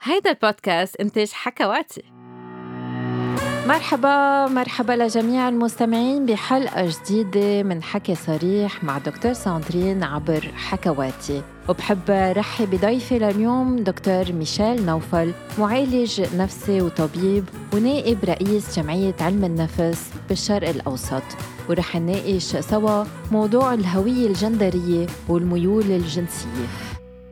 هيدا البودكاست إنتاج حكواتي. مرحبا لجميع المستمعين بحلقة جديدة من حكي صريح مع دكتور ساندرين عبر حكواتي. وبحب رحب بضيفي لليوم دكتور ميشيل نوفل، معالج نفسي وطبيب ونائب رئيس جمعية علم النفس بالشرق الأوسط، ورح نناقش سوا موضوع الهوية الجندرية والميول الجنسية.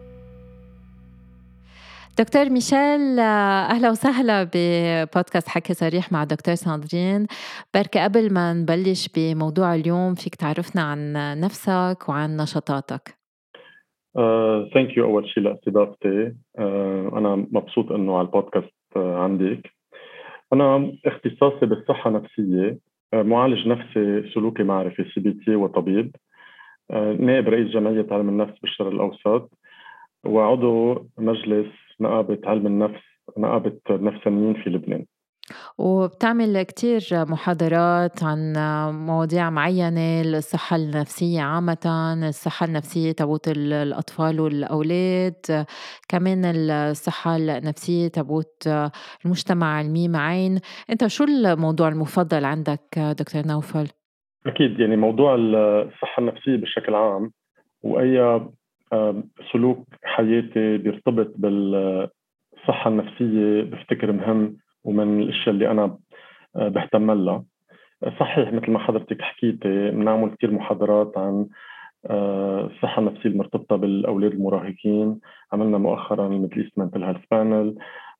دكتور ميشيل، أهلا وسهلا ببودكاست حكي صريح مع دكتور ساندرين. بركة قبل ما نبلش بموضوع اليوم فيك تعرفنا عن نفسك وعن نشاطاتك. ثانك يو أول شيء لاستضافتي. أنا مبسوط إنه على البودكاست عندك. أنا اختصاصي بالصحة النفسية، معالج نفسي سلوكي معرفي CBT وطبيب، نائب رئيس جمعية علم النفس بالشرق الأوسط، وعضو مجلس نقابة علم النفس، نقابة نفسانيين في لبنان. وبتعمل كتير محاضرات عن مواضيع معينة، الصحة النفسية عامة، الصحة النفسية تبوت الأطفال والأولاد، كمان الصحة النفسية تبوت المجتمع الميم عين. أنت شو الموضوع المفضل عندك دكتور نوفل؟ أكيد يعني موضوع الصحة النفسية بشكل عام، وأي سلوك حياتي بيرتبط بالصحة النفسية بفتكر مهم ومن الأشياء اللي أنا بهتم لها. صحيح مثل ما حضرتك حكيتي بنعمل كثير محاضرات عن الصحة النفسية المرتبطة بالأولاد المراهقين. عملنا مؤخرا الميدل إيست منتل هيلث بانل،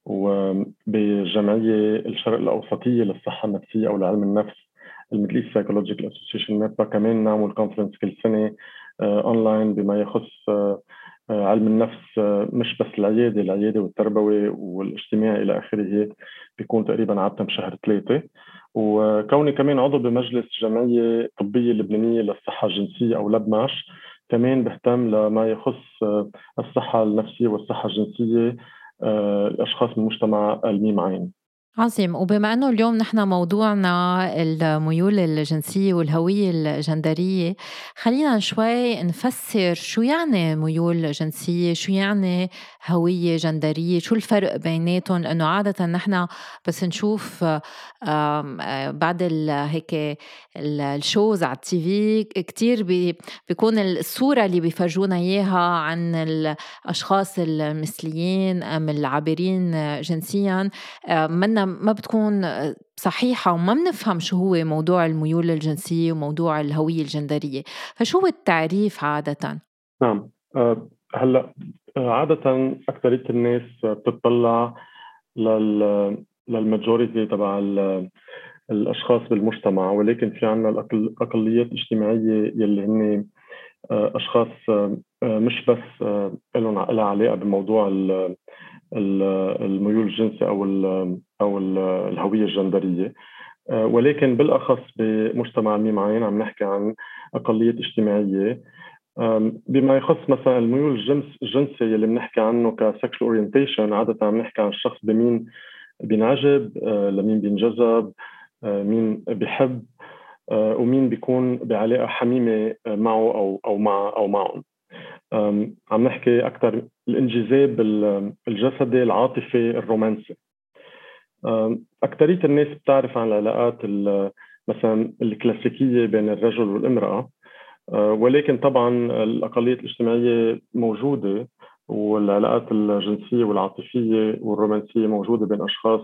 وبجمعية الشرق الأوسطية للصحة النفسية أو لعلم النفس الميدل إيست سايكولوجيكال أسوسيشن ميبا كمان نعمل كونفرنس كل سنة أونلاين بما يخص علم النفس، مش بس العيادة والتربوي والاجتماعي إلى آخره، بيكون تقريبا عادة بشهر 3. وكوني كمان عضو بمجلس جمعية طبية لبنانية للصحة الجنسية أو لبماش، كمان بهتم لما يخص الصحة النفسية والصحة الجنسية الأشخاص من مجتمع الميم عين. عظيم. وبما أنه اليوم نحن موضوعنا الميول الجنسية والهوية الجندرية، خلينا شوي نفسر شو يعني ميول جنسية، شو يعني هوية جندرية، شو الفرق بيناتهم. لأنه عادة نحن بس نشوف بعد هيك الشوز على التي في كتير بيكون الصورة اللي بيفرجونا إياها عن الأشخاص المثليين أم العابرين جنسياً ما بتكون صحيحة، وما بنفهم شو هو موضوع الميول الجنسية وموضوع الهوية الجندرية. فشو هو التعريف عادة؟ نعم. هلا عادة أكثرية الناس بتطلع للماجوريتي تبع الأشخاص بالمجتمع، ولكن في عنا الأقليات الاجتماعية يلي هن أشخاص مش بس لها علاقة بموضوع الميول الجنسي أو الهوية الجندرية، ولكن بالأخص بمجتمع الميم عين عم نحكي عن أقلية اجتماعية. بما يخص مثلا الميول الجنسي اللي بنحكي عنه كسكشوال اورينتيشن، عادة عم نحكي عن الشخص بمين بينعجب، لمين بينجذب، مين بيحب، ومين بيكون بعلاقة حميمة معه أو معهم. عم نحكي أكثر الانجذاب الجسدي العاطفي الرومانسي. أكثرية الناس بتعرف عن العلاقات مثلا الكلاسيكية بين الرجل والامرأة، ولكن طبعا الأقلية الاجتماعية موجودة، والعلاقات الجنسية والعاطفية والرومانسية موجودة بين أشخاص،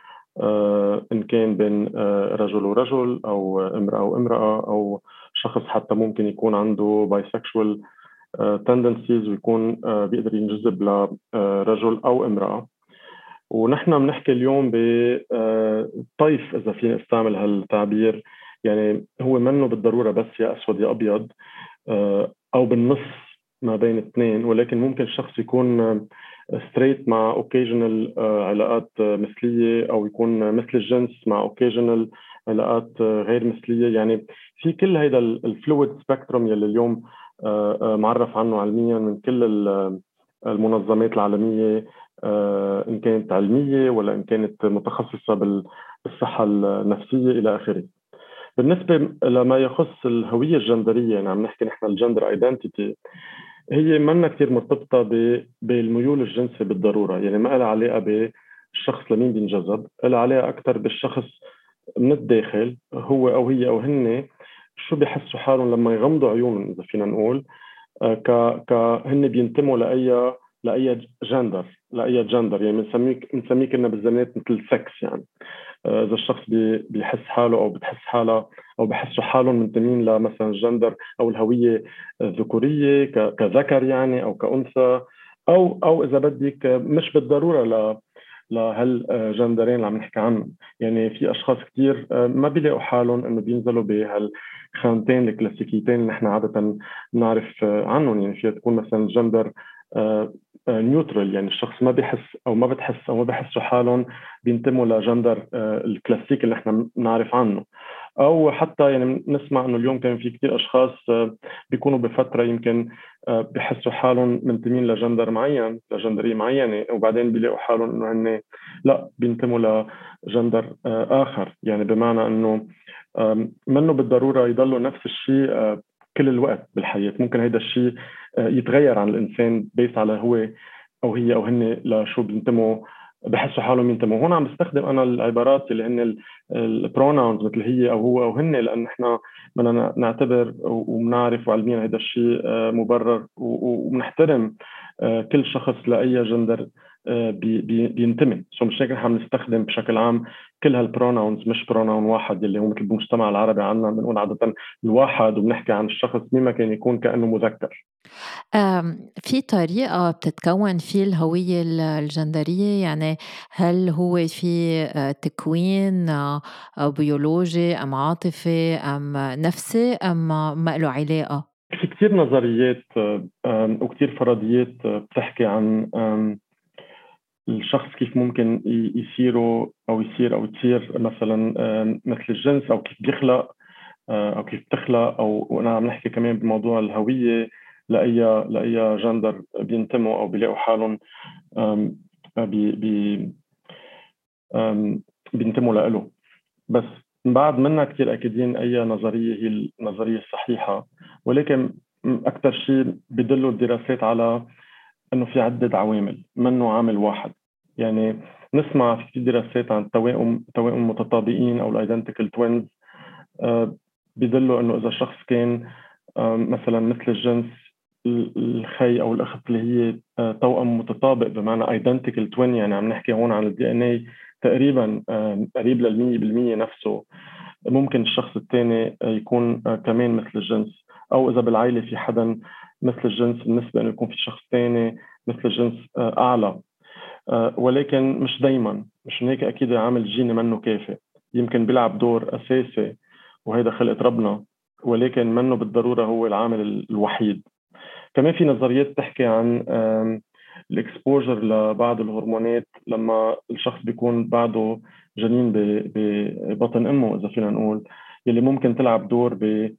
إن كان بين رجل ورجل أو امرأة وامرأة، أو شخص حتى ممكن يكون عنده بايسكشوال تندنسيز ويكون بيقدر ينجذب لرجل أو امرأة. ونحن بنحكي اليوم بطيف إذا فينا استعمل هالتعبير، يعني هو منه بالضرورة بس يا أسود يا أبيض، أو بالنص ما بين اثنين، ولكن ممكن الشخص يكون ستريت مع اوكيجنال علاقات مثلية، أو يكون مثل الجنس مع اوكيجنال علاقات غير مثلية. يعني في كل هيدا الفلويد سبيكتروم يلي اليوم معرف عنه علميا من كل المنظمات العالمية، إن كانت علمية ولا إن كانت متخصصة بالصحة النفسية إلى آخره. بالنسبة لما يخص الهوية الجندرية، يعني عم نحكي نحن الجندر ايدنتيتي، هي منا كتير مرتبطة بالميول الجنسي بالضرورة، يعني ما لها علاقة بالشخص لمين بينجذب، لها علاقة أكثر بالشخص من الداخل، هو أو هي أو هن شو بيحسوا حالهم لما يغمضوا عيونهم، إذا فينا نقول ك ك هن بينتموا لأي جندر، لأي جندر، يعني بنسميه كنا بالزمانات مثل سكس يعني. اذا الشخص بيحس حاله او بتحس حالها او بحسوا حالهم منتمين لمثلا الجندر او الهويه الذكوريه كذكر يعني او كانثى، او اذا بدك مش بالضروره لهالجندرين اللي عم نحكي عنهم. يعني في اشخاص كثير ما بيلاقوا حالهم انه بينزلوا بهالخانتين الكلاسيكيتين اللي نحن عاده نعرف عنهم. يعني فيها تكون مثلا جندر نيوترال، يعني الشخص ما بيحس او ما بتحس او ما بيحسوا حالهم بينتموا لجندر الكلاسيك اللي احنا بنعرف عنه. او حتى يعني نسمع انه اليوم كان في كثير اشخاص بيكونوا بفتره يمكن بحسوا حالهم منتمين لجندر معين، لجندريه معينه، وبعدين بيلاقوا حالهم انه هن لا بينتموا لجندر اخر. يعني بمعنى انه منه بالضروره يضلوا نفس الشيء كل الوقت بالحياه. ممكن هذا الشيء يتغير عن الانسان بيس على هو او هي او هن لشو بينتموا، بحسوا حالهم ينتموا. هون عم بستخدم انا العبارات اللي هن البروناونز مثل هي او هو او هن، لان احنا بدنا نعتبر وبنعرف وعلميا هذا الشيء مبرر، وبنحترم كل شخص لاي جندر بينتمي. سو مش هيك نحن بنستخدم بشكل عام كل هالبروناونز، مش بروناون واحد اللي هو مثل بالمجتمع العربي عندنا بنقول عاده الواحد وبنحكي عن الشخص مما كان يكون كانه مذكر. في طريقة بتتكون فيه الهوية الجندرية؟ يعني هل هو في تكوين بيولوجي أم عاطفي أم نفسي أم ما له علاقة؟ في كثير نظريات وكثير فرضيات بتحكي عن الشخص كيف ممكن يصيروا او يصير او تصير مثلا مثل الجنس، او كيف بيخلق او كيف بتخلق، او وانا عم نحكي كمان بموضوع الهويه لاي جندر بينتموا او بيلاقوا حالهم آم، بي بي آم، بينتموا له. بس بعد منا كثير اكيدين اي نظريه هي النظريه الصحيحه، ولكن اكثر شيء بدلوا الدراسات على انه في عده عوامل، منه عامل واحد. يعني نسمع في كثير دراسات عن توائم متطابقين او الايدنتيكال توينز، بيدلوا انه اذا شخص كان مثلا مثل الجنس الخي او الاخت اللي هي توأم متطابق، بمعنى ايدنتيكال توين، يعني عم نحكي هون عن الدي ان اي تقريبا قريب للمية بالمية نفسه، ممكن الشخص الثاني يكون كمان مثل الجنس. او اذا بالعائله في حدا مثل الجنس، بالنسبه انه يكون في شخص ثاني مثل الجنس اعلى. ولكن مش دايما، مش هيك اكيد عامل جيني منه كافي، يمكن بيلعب دور اساسي وهيدا خلقة ربنا، ولكن منه بالضروره هو العامل الوحيد. كمان في نظريات تحكي عن الاكسبوجر لبعض الهرمونات لما الشخص بيكون بعده جنين ببطن امه، اذا فينا نقول، يلي ممكن تلعب دور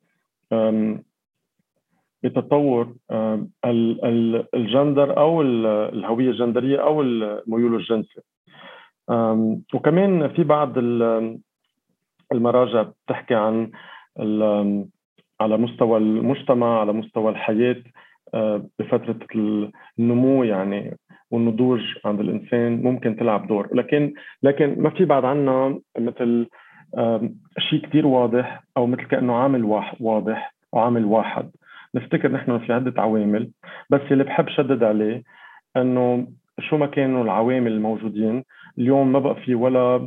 بتطور الجندر او الهويه الجندريه او الميول الجنسي. وكمان في بعض المراجع بتحكي عن على مستوى المجتمع، على مستوى الحياة بفترة النمو يعني والنضوج عند الإنسان ممكن تلعب دور. لكن ما في بعد عنا مثل شيء كتير واضح، أو مثل كأنه عامل واضح أو عامل واحد. نفتكر نحن في عدة عوامل، بس اللي بحب شدد عليه أنه شو ما كانوا العوامل الموجودين اليوم، ما بقى في ولا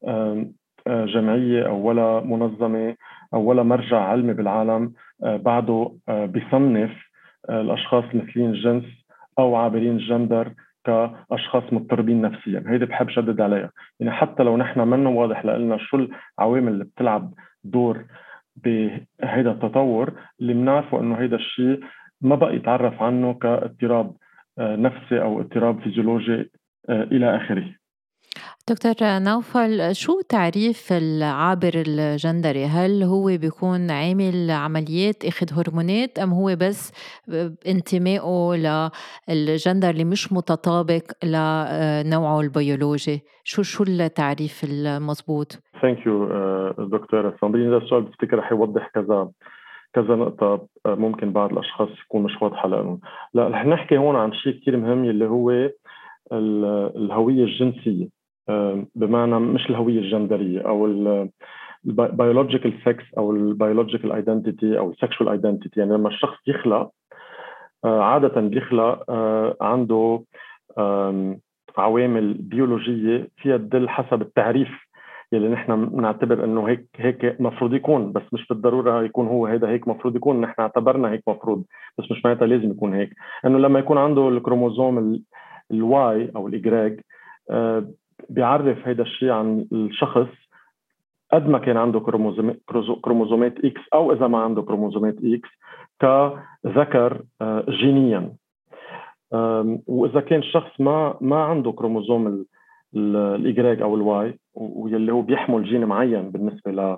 جمعية أو ولا منظمة أو ولا مرجع علمي بالعالم بعده بيصنف الأشخاص مثلين الجنس أو عابرين الجندر كأشخاص مضطربين نفسيا. هيدي بحب شدد عليها. يعني حتى لو نحن منه واضح لنا شو العوامل اللي بتلعب دور بهيدا التطور، اللي بنعرفه انه هيدا الشيء ما بقى يتعرف عنه كاضطراب نفسي او اضطراب فيزيولوجي الى اخره. دكتور نوفل، شو تعريف العابر الجندري؟ هل هو بيكون عامل عمليات اخذ هرمونات، ام هو بس انتمائه للجندر اللي مش متطابق لنوعه البيولوجي؟ شو التعريف المضبوط؟ ثانك يو دكتورة صابرين، هذا السؤال بفتكر رح يوضح كذا كذا نقطة ممكن بعض الأشخاص يكون مش واضحة لهم. لا، رح نحكي هون عن شيء كتير مهم اللي هو الهوية الجنسية. بمعنى مش الهوية الجندرية أو البيولوجيكال سكس أو البيولوجيكال ايدنتيتي أو السكشوال ايدنتيتي. يعني لما الشخص يخلق عادة بيخلق عنده عوامل بيولوجية فيها تدل حسب التعريف يلي نحن بنعتبر انه هيك مفروض يكون، بس مش بالضروره يكون هو هيدا هيك مفروض يكون. نحن اعتبرنا هيك مفروض، بس مش معناتها لازم يكون هيك. انه لما يكون عنده الكروموزوم الواي او الاجراج بيعرف هيدا الشيء عن الشخص قد ما كان عنده كروموزومات اكس، او اذا ما عنده كروموزومات اكس كذكر جينيا. واذا كان الشخص ما عنده كروموزوم الايجراج او الواي، واللي هو بيحمل جين معين بالنسبه ل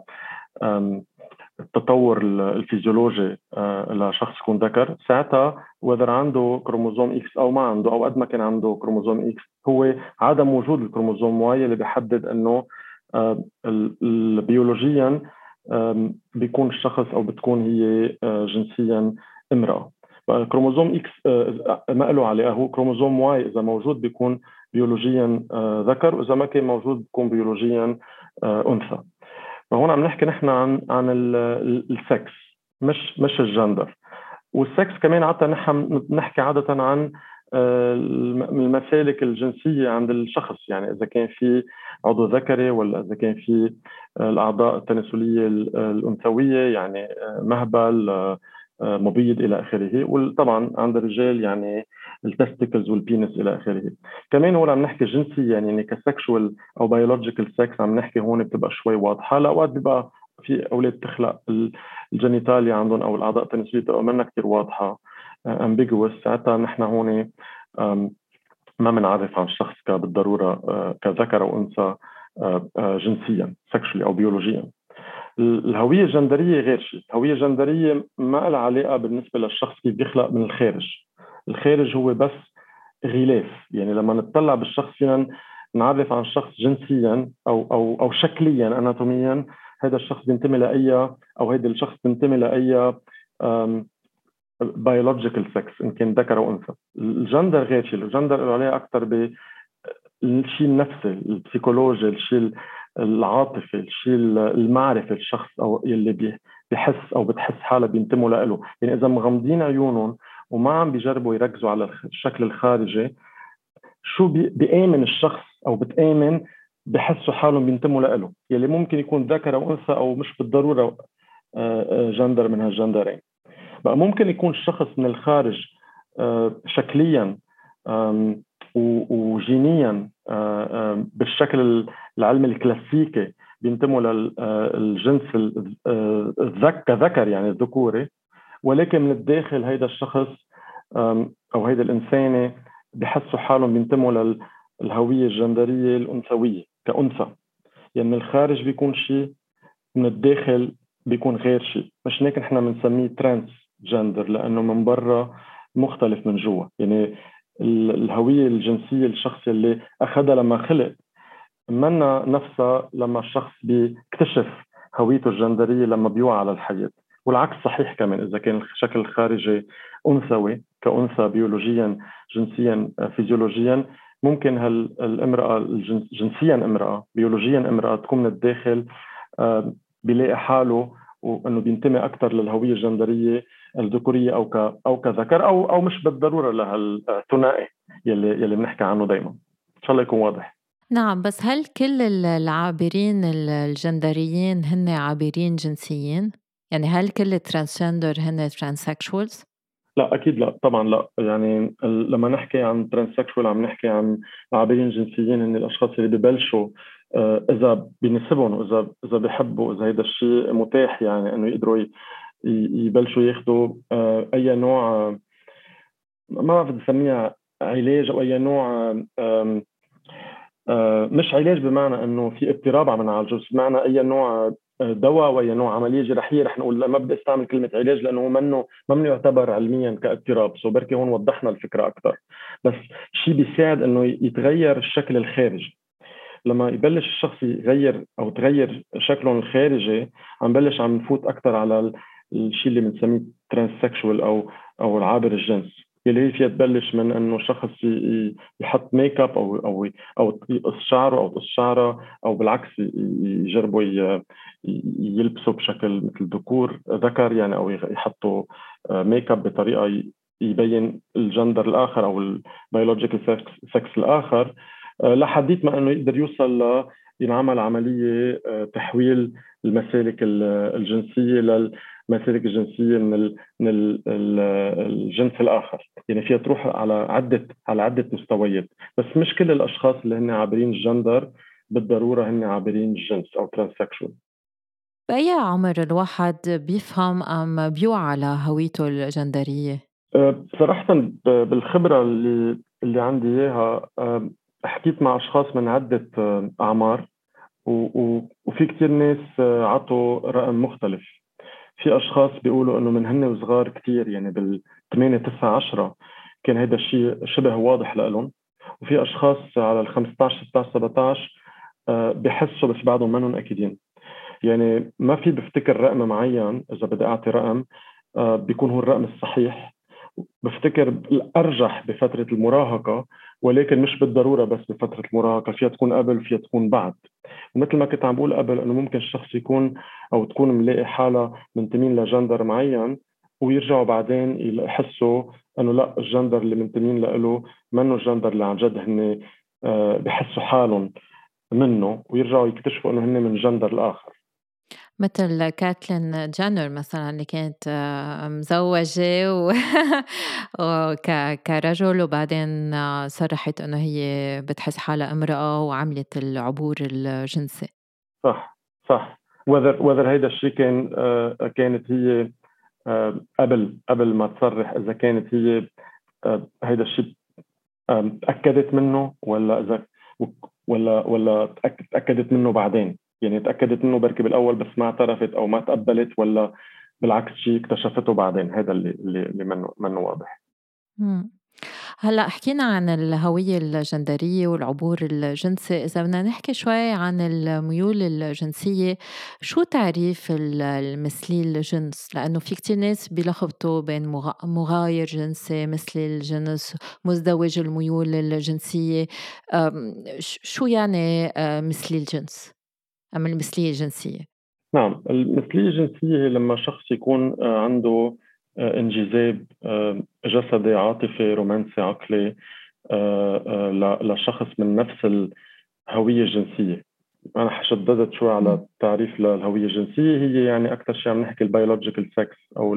التطور الفيزيولوجي لشخص يكون ذكر، ساعتها وذر عنده كروموزوم اكس او ما عنده، او قد ما كان عنده كروموزوم اكس، هو عدم وجود الكروموزوم واي اللي بيحدد انه بيولوجيا بيكون الشخص او بتكون هي جنسيا امرأة. كروموزوم اكس ما له علاقه، هو كروموزوم واي اذا موجود بيكون بيولوجيا ذكر، واذا ما كان موجود بيكون بيولوجيا انثى. فهون عم نحكي نحن عن السكس، مش الجندر. والسكس كمان عادة نحن نحكي عادة عن المسالك الجنسية عند الشخص، يعني إذا كان في عضو ذكري ولا إذا كان في الأعضاء التناسلية الأنثوية، يعني مهبل، مبيض إلى آخره. وطبعا عند الرجال يعني التستيكلز والبينس إلى آخره. كمان هون عم نحكي جنسيا، يعني كسكشوال أو بيولوجيكال سكس عم نحكي هون بتبقى شوي واضحة. لا، وقت بيبقى في أولاد تخلق الجينيتاليا عندهم أو الأعضاء التناسلية تبقى منها كثير واضحة ambiguous، ساعتها نحن هون ما بنعرف عن الشخص بالضرورة كذكر أو أنثى جنسيا سكشولي أو بيولوجيا. الهوية الجندرية غير شيء. الهوية الجندرية ما لها علاقة بالنسبة للشخص كيف بيخلق من الخارج. الخارج هو بس غلاف، يعني لما نتطلع بالشخص فينا نعرف عن الشخص جنسيا أو شكليا أناتوميا هذا الشخص بينتمي لأي، أو هذا الشخص بينتمي لأي biological sex إن كان ذكر أو أنثى. الجندر غير شيء. الجندر له علاقة أكثر بالشيء النفسي، البسيكولوجي، الشيء العاطفي، الشيء المعرفة الشخص أو اللي بيحس أو بتحس حالة بينتموا له. يعني إذا مغمضين عيونهم وما عم بيجربوا يركزوا على الشكل الخارجي، شو بيآمن الشخص أو بتآمن بحسوا حالهم بينتموا له، يلي ممكن يكون ذكر أو أنثى أو مش بالضرورة جندر من هالجندرين. بقى ممكن يكون الشخص من الخارج شكليا وجينيا بالشكل العلمي الكلاسيكي بينتموا للجنس كذكر يعني الذكوري، ولكن من الداخل هيدا الشخص أو هيدا الإنسانة بحسوا حالهم بينتموا للهوية الجندرية الأنثوية كأنثى. يعني من الخارج بيكون شيء، من الداخل بيكون غير شيء. مش هيك نحن بنسميه ترانس جندر، لأنه من برا مختلف من جوا. يعني الهوية الجنسية الشخص اللي أخذها لما خلق منا نفسها لما الشخص بيكتشف هويته الجندرية لما بيوعى على الحياة. والعكس صحيح كمان، إذا كان الشكل الخارجي أنثوي كأنثى بيولوجيا جنسيا فيزيولوجيا، ممكن هالامرأة جنسيا امرأة بيولوجيا امرأة تكون من الداخل بيلاقي حاله وانه بينتمي اكثر للهويه الجندريه الذكوريه او كذكر او مش بالضروره لهالثنائي يلي بنحكي عنه دائما. ان شاء الله يكون واضح. نعم، بس هل كل العابرين الجندريين هن عابرين جنسيين؟ يعني هل كل الترانسجندر هن ترانسكشوالز؟ لا اكيد لا، طبعا لا. يعني لما نحكي عن ترانسكشوال عم نحكي عن عابرين جنسيين، هن الاشخاص اللي ببلشوا اذا بيناسبهم واذا بيحبوا، اذا هذا الشيء متاح، يعني انه يقدروا يبلشوا ياخذوا اي نوع، ما بدي اسميها علاج او اي نوع، مش علاج بمعنى انه في اضطراب عم نعالجه، بس بمعنى اي نوع دواء واي نوع عمليه جراحيه. رح نقول لا، ما بدي استعمل كلمه علاج لانه منه يعتبر علميا كاضطراب. سو بركي هون وضحنا الفكره اكثر. بس شيء بيساعد انه يتغير الشكل الخارجي. لما يبلش الشخص يغير او تغير شكله الخارجي، عم نفوت اكثر على الشيء اللي بنسميه ترانسكشوال او العابر الجنس، اللي هي فيها تبلش من انه شخص يحط ميك اب او يقص شعره او تقص شعره، او بالعكس يجربوا يلبسوا بشكل مثل ذكور ذكر يعني، او يحطوا ميك اب بطريقه يبين الجندر الاخر او البيولوجيكال سكس الاخر، لحديت ما انه يقدر يوصل ينعمل عمليه تحويل المسالك الجنسيه للمسالك الجنسيه من الجنس الاخر. يعني فيها تروح على عده مستويات، بس مش كل الاشخاص اللي هن عابرين الجندر بالضروره هن عابرين الجنس او ترانسكشوال. بأي عمر الواحد بيفهم أم بيوعى على هويته الجندرية؟ بصراحة بالخبرة اللي عندي إياها، حكيت مع أشخاص من عدة أعمار، وفي كتير ناس عطوا رقم مختلف. في أشخاص بيقولوا إنه من هن وصغار كتير، يعني بالثمانية تسعة عشرة كان هذا الشيء شبه واضح لهم. وفي أشخاص على ال 15 16 17 بحسوا بس بعضهم منهم أكيدين. يعني ما في بفتكر رقم معين، إذا بدي أعطي رقم بيكون هو الرقم الصحيح. بفتكر الأرجح بفترة المراهقة، ولكن مش بالضرورة بس بفترة المراهقة، فيها تكون قبل فيها تكون بعد. ومثل ما كنت عم بقول قبل، انه ممكن الشخص يكون او تكون ملاقي حالة منتمين لجندر معين، ويرجعوا بعدين يحسوا انه لا، الجندر اللي منتمين له منه الجندر اللي عن جد هن بحسوا حالهم منه، ويرجعوا يكتشفوا انه هن من جندر الاخر. مثل كاتلين جينر مثلا اللي كانت مزوجة كرجل، وبعدين صرحت إنه هي بتحس حالها امرأة وعملت العبور الجنسي. صح، صح. وذر هيدا الشيء كانت هي قبل ما تصرح، اذا كانت هي هيدا الشيء تأكدت منه، ولا إذا ولا تأكدت منه بعدين. يعني تأكدت منه بركي بالأول بس ما اعترفت أو ما تقبلت، ولا بالعكس شيء اكتشفته بعدين. هذا اللي منه واضح. مم. هلأ حكينا عن الهوية الجندرية والعبور الجنسي، إذا بدنا نحكي شوي عن الميول الجنسية، شو تعريف المثلي الجنس؟ لأنه في كتير ناس بيلخبطوا بين مغاير جنسي، مثلي الجنس، مزدوج الميول الجنسية. شو يعني مثلي الجنس أم المثلية الجنسية؟ نعم، المثلية الجنسية هي لما شخص يكون عنده انجذاب جسدي عاطفي رومانسي عقلي لشخص من نفس الهوية الجنسية. أنا حشددت شوي على مم. التعريف للهوية الجنسية. هي يعني أكثر شيء عم نحكي البيولوجيكال سكس، أو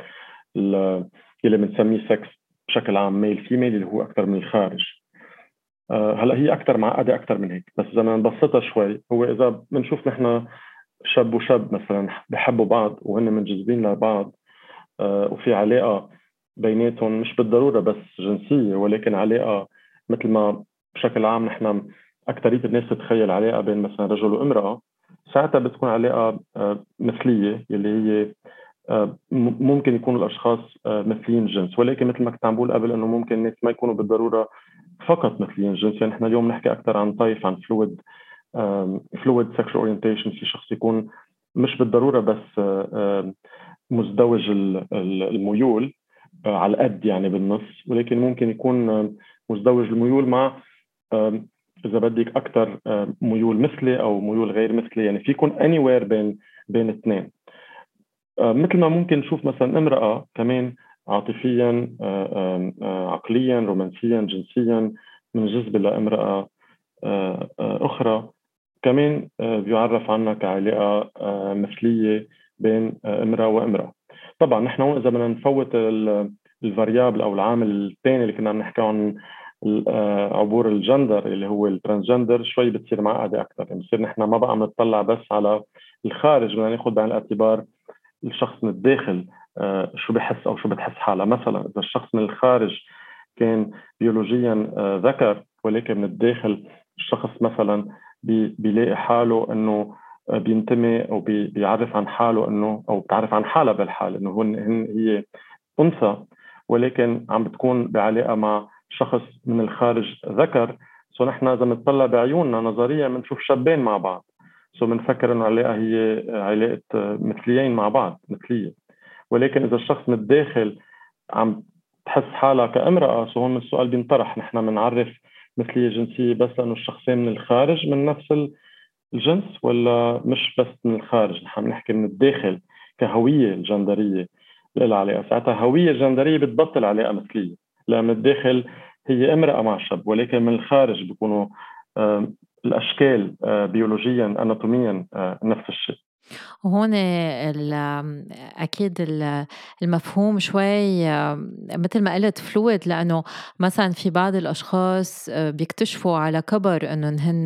اللي بنسميه سكس بشكل عام، ميل فيميل، اللي هو أكثر من الخارج. هلا هي أكثر معقدة أكثر من هيك، بس إذا بدنا نبسطها شوي، هو إذا بنشوف نحن شاب وشاب مثلا بحبوا بعض وهن منجذبين لبعض، وفي علاقة بيناتهم، مش بالضرورة بس جنسية، ولكن علاقة مثل ما بشكل عام نحن أكثرية الناس تتخيل علاقة بين مثلا رجل وامرأة، ساعتها بتكون علاقة مثلية، يلي هي ممكن يكونوا الأشخاص مثليين الجنس. ولكن مثل ما كنت عم بقول قبل، إنه ممكن الناس ما يكونوا بالضرورة فقط مثليين الجنس. يعني نحن اليوم نحكي أكثر عن طيف، عن فلويد سexual اورينتيشن. في شخص يكون مش بالضرورة بس مزدوج الميول على القد يعني بالنص، ولكن ممكن يكون مزدوج الميول مع إذا بدك أكثر ميول مثلي أو ميول غير مثلي. يعني في يكون anywhere بين الاثنين. مثل ما ممكن نشوف مثلا امرأة كمان عاطفيا عقليا رومانسيا جنسيا منجذبة لامرأة أخرى، كمان بيعرف عنها كعلاقة مثلية بين امرأة وامرأة. طبعا نحن هون إذا بدنا نفوت الفاريابل أو العامل الثاني اللي كنا عم نحكي عن عبور الجندر اللي هو الترانسجندر، شوي بتصير معقدة أكثر. يعني بصير نحن ما بقى بنطلع بس على الخارج، بدنا ناخذ بعين الاعتبار الشخص من الداخل شو بحس أو شو بتحس حالها. مثلا إذا الشخص من الخارج كان بيولوجيا ذكر، ولكن من الداخل الشخص مثلا بيلاقي حاله انه بينتمي او بيعرف عن حاله انه، او بتعرف عن حالها بالحال انه هي انثى، ولكن عم بتكون بعلاقه مع شخص من الخارج ذكر. سو نحن اذا بنطلع بعيوننا نظريا بنشوف شابين مع بعض، سو بنفكر انه العلاقه هي علاقه مثليين مع بعض، مثليه. ولكن إذا الشخص من الداخل عم تحس حالها كامرأة، سو هون السؤال بينطرح، نحن بنعرف مثلية جنسية بس لأنه الشخصين من الخارج من نفس الجنس، ولا مش بس من الخارج، نحن بنحكي من الداخل كهوية الجندرية لها علاقة؟ ساعتها هوية جندرية بتبطل علاقة مثلية، لأن من الداخل هي امرأة مع شاب، ولكن من الخارج بيكونوا الأشكال بيولوجيا أناتوميا نفس الشيء. وهون أكيد المفهوم شوي مثل ما قلت فلويد، لأنه مثلا في بعض الأشخاص بيكتشفوا على كبر أنهم هن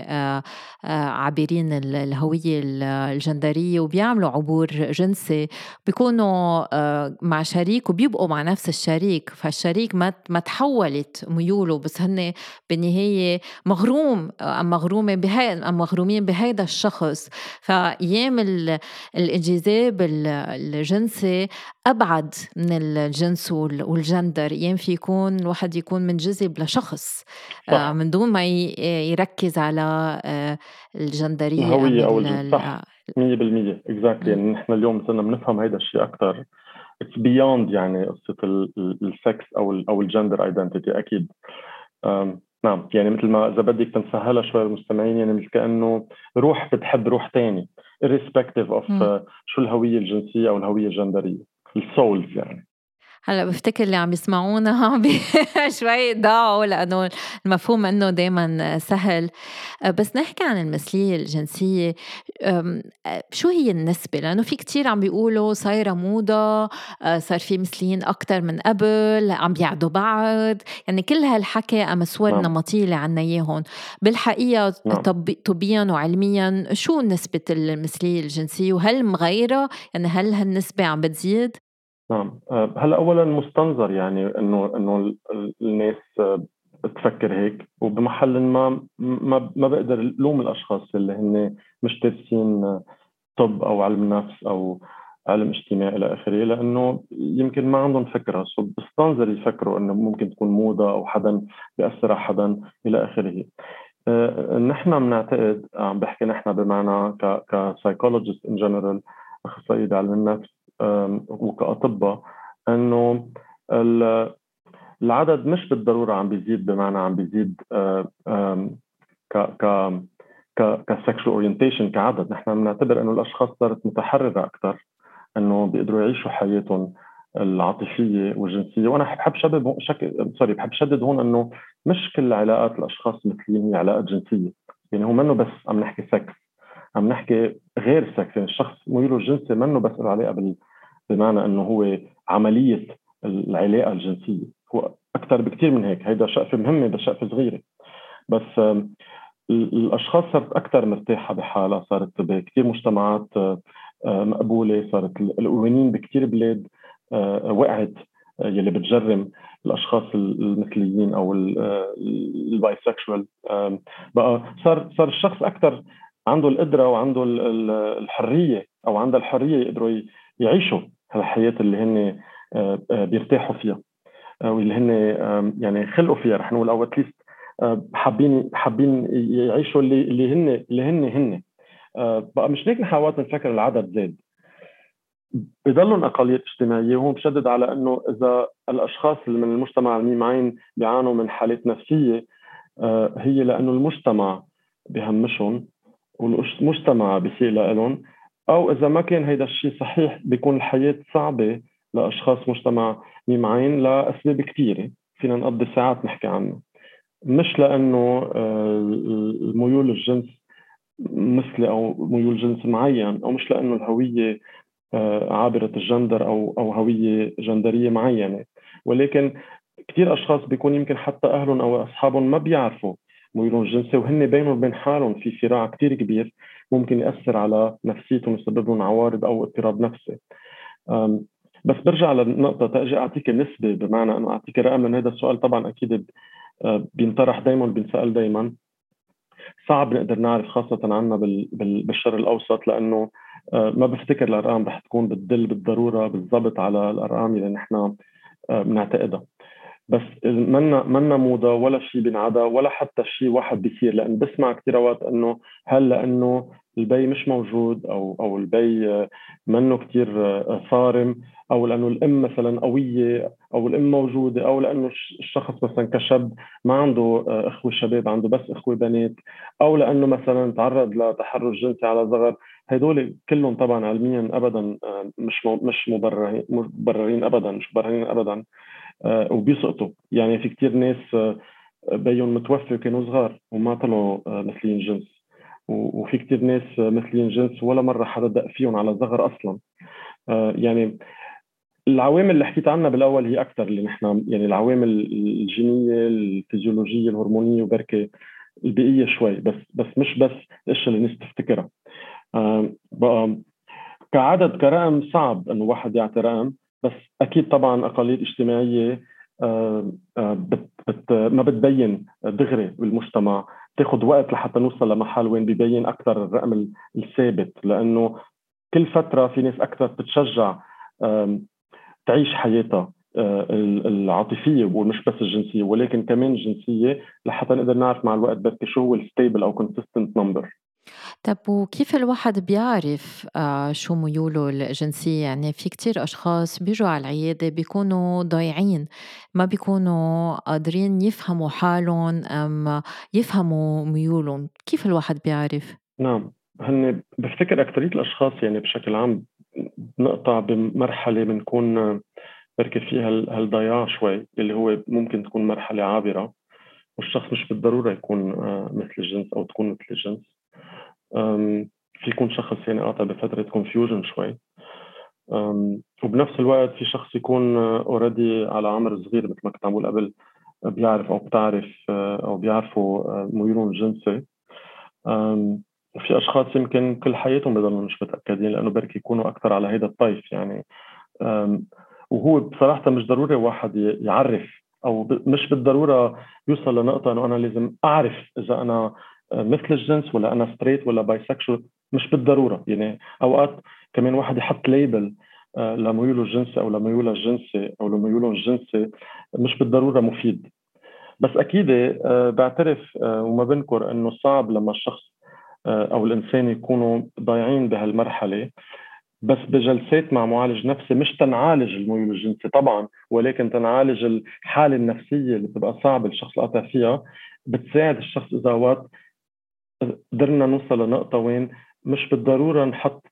عابرين الهوية الجندرية وبيعملوا عبور جنسي، بيكونوا مع شريك وبيبقوا مع نفس الشريك، فالشريك ما تحولت ميوله، بس هن بالنهاية مغروم أم مغرومة أم مغرومين بهيدا الشخص. فأيام الانجذاب الجنسي أبعد من الجنس والجندر، أيام في يكون الواحد يكون منجذب لشخص صح، من دون ما يركز على الجندرية أم الهوية أو الجنس، صح 100% exactly. م. يعني نحن اليوم صرنا بنفهم هيدا الشيء أكثر. It's beyond يعني قصة السكس أو الجندر ايدنتيتي أكيد. نعم، يعني مثل ما إذا بدك تنسهلها شوي للمستمعين، يعني مثل كأنه روح بتحب روح تاني irrespective of م. شو الهوية الجنسية أو الهوية الجندرية، السولز يعني. هلا بفتكر اللي عم يسمعونا شوي ضاعوا، لأنه المفهوم إنه دايما سهل. بس نحكي عن المثلية الجنسية. شو هي النسبة؟ لأنه في كتير عم بيقولوا صايرة موضة، صار في مثليين أكتر من قبل، عم بيعدوا بعض، يعني كل هالحكي أم صور نعم نمطية اللي عنا إياهم. بالحقيقة نعم طبيا وعلميا شو نسبة المثلية الجنسية وهل مغيرة؟ يعني هل هالنسبة عم بتزيد؟ نعم. هلا أولا مستنظر يعني إنه الناس تفكر هيك، وبمحل ما بقدر لوم الأشخاص اللي هن مش دارسين طب او علم نفس او علم اجتماع الى اخره، لانه يمكن ما عندهم فكره، بستنظر يفكروا انه ممكن تكون موضه او حدا بياثر على حدا الى اخره. نحن بنعتقد، عم بحكي نحن بمعنى كسايكولوجيست ان جنرال، اخصائي علم النفس وكاطباء، انه العدد مش بالضروره عم بيزيد، بمعنى عم بيزيد ك ك كسكشوال اورينتيشن كعدد. نحن بنعتبر انه الاشخاص صارت متحرره اكثر، انه بيقدروا يعيشوا حياتهم العاطفيه والجنسيه. وانا بحب شدد بحب شدد هون انه مش كل علاقات الاشخاص مثليين هي علاقات جنسيه. يعني هو منه بس عم نحكي سكس، عم نحكي غير سكس. يعني الشخص ميوله الجنسي منه بس له علاقه بمعنى انه هو عمليه العلاقه الجنسيه، هو اكثر بكثير من هيك. هيدا شقفه مهمه بس شقفه صغيره. بس الاشخاص صارت اكثر مرتاحه بحالها، صارت بكثير مجتمعات مقبوله، صارت القوانين بكثير بلاد وقعت يلي بتجرم الاشخاص المثليين او البايسكشوال. بقى صار الشخص اكثر عنده القدره وعنده الحريه، او عنده الحريه يقدروا يعيشوا الحياه اللي هن بيرتاحوا فيها، واللي هن يعني خلقوا فيها، رح نقول، او اتليست حابين يعيشوا اللي هن بقى. مش هيك نحن وقت نفكر العدد زاد، بضلهم اقليات اجتماعيه. وهون بشدد على انه اذا الاشخاص اللي من المجتمع الميمعين بيعانوا من حالات نفسيه، هي لانه المجتمع بهمشهم والمجتمع بيسيء لهم، او اذا ما كان هيدا الشيء صحيح بيكون الحياه صعبه لاشخاص مجتمع ميمعين لاسباب كثيره فينا نقضي ساعات نحكي عنها. مش لانه الميول الجنس مثلي او ميول جنس معين، او مش لانه الهويه عابره الجندر او هويه جندريه معينه، ولكن كثير اشخاص بيكون يمكن حتى اهلهم او اصحابهم ما بيعرفوا ميولهم الجنسي، وهن بينهم وبين حالهم في صراع كثير كبير ممكن ياثر على نفسيتهم ويسبب لهم عوارض او اضطراب نفسي. بس برجع للنقطة تأجي أعطيك نسبة، بمعنى أنه أعطيك رقم، لأن هذا السؤال طبعا أكيد بينطرح دايما، بينسأل دايما. صعب نقدر نعرف خاصة عنا بالشرق الأوسط، لأنه ما بفتكر الأرقام رح تكون بتدل بالضرورة بالضبط على الأرقام اللي نحن بنعتقدها. بس منا موضة ولا شيء بينعدى ولا حتى شيء واحد بيصير، لأن بسمع كثير أوقات إنه هل لأنه البي مش موجود أو البي منه كثير صارم، أو لأنه الأم مثلا قوية، أو الأم موجودة، أو لأنه الشخص مثلا كشاب ما عنده إخوة شباب، عنده بس إخوة بنات، أو لأنه مثلا تعرض لتحرش جنسي على صغر. هدول كلهم طبعا علميا أبدا مش مبررين أبدا، مش مبررين أبدا. وبيسقطوا. يعني في كتير ناس بيهم متوفي كانوا صغار وما طلعوا مثليين جنس، وفي كتير ناس مثليين جنس ولا مرة حدا دق فيهم على صغر أصلا. يعني العوامل اللي حكيت عنها بالأول هي أكثر، اللي نحن يعني العوامل الجينية الفيزيولوجية الهرمونية وبركة البيئية شوي، بس مش بس الأشياء اللي الناس تفتكرها. بقى كعدد كرقم صعب انه واحد يعطي رقم، بس اكيد طبعا اقاليد اجتماعيه بت بت ما بتبين دغري بالمجتمع، تاخذ وقت لحتى نوصل لمحل وين بيبين اكثر الرقم الثابت، لانه كل فتره في ناس اكثر بتتشجع تعيش حياتها العاطفيه ومش بس الجنسيه، ولكن كمان الجنسيه، لحتى نقدر نعرف مع الوقت بركي شو هو الستيبل او كونسيستنت نمبر. طب وكيف الواحد بيعرف شو ميوله الجنسية؟ يعني في كتير أشخاص بيجوا على العيادة بيكونوا ضايعين، ما بيكونوا قادرين يفهموا حالهم أم يفهموا ميولهم. كيف الواحد بيعرف؟ نعم، هن بفتكر أكثرية الأشخاص يعني بشكل عام بنقطع بمرحلة بنكون بركي فيها هالضياع شوي، اللي هو ممكن تكون مرحلة عابرة، والشخص مش بالضرورة يكون مثل الجنس أو تكون مثل الجنس. في يكون شخص يعني قاطع بفترة كونفيوجن شوي. وبنفس الوقت في شخص يكون اوريدي على عمر صغير، مثل ما كنت عم بقول قبل، بيعرف أو بتعرف أو بيعرفوا ميولهم الجنسي. وفي أشخاص يمكن كل حياتهم بضلوا مش متأكدين، لأنه بركي يكونوا أكثر على هيدا الطيف يعني. وهو بصراحة مش ضروري واحد يعرف، أو مش بالضرورة يوصل لنقطة إنه أنا لازم أعرف إذا أنا مثل الجنس ولا أنا ستريت ولا بايسكشوال. مش بالضرورة يعني. أوقات كمان واحد يحط ليبل لميوله الجنسي أو لميوله الجنسي أو لميوله الجنسي، مش بالضرورة مفيد. بس أكيد بعترف وما بنكر إنه صعب لما الشخص أو الإنسان يكونوا ضايعين بهالمرحلة، بس بجلسات مع معالج نفسي، مش تنعالج الميول الجنسي طبعا، ولكن تنعالج الحالة النفسية اللي بتبقى صعبة الشخص قاطع فيها، بتساعد الشخص إذا وقت قدرنا نوصل لنقطة وين مش بالضرورة نحط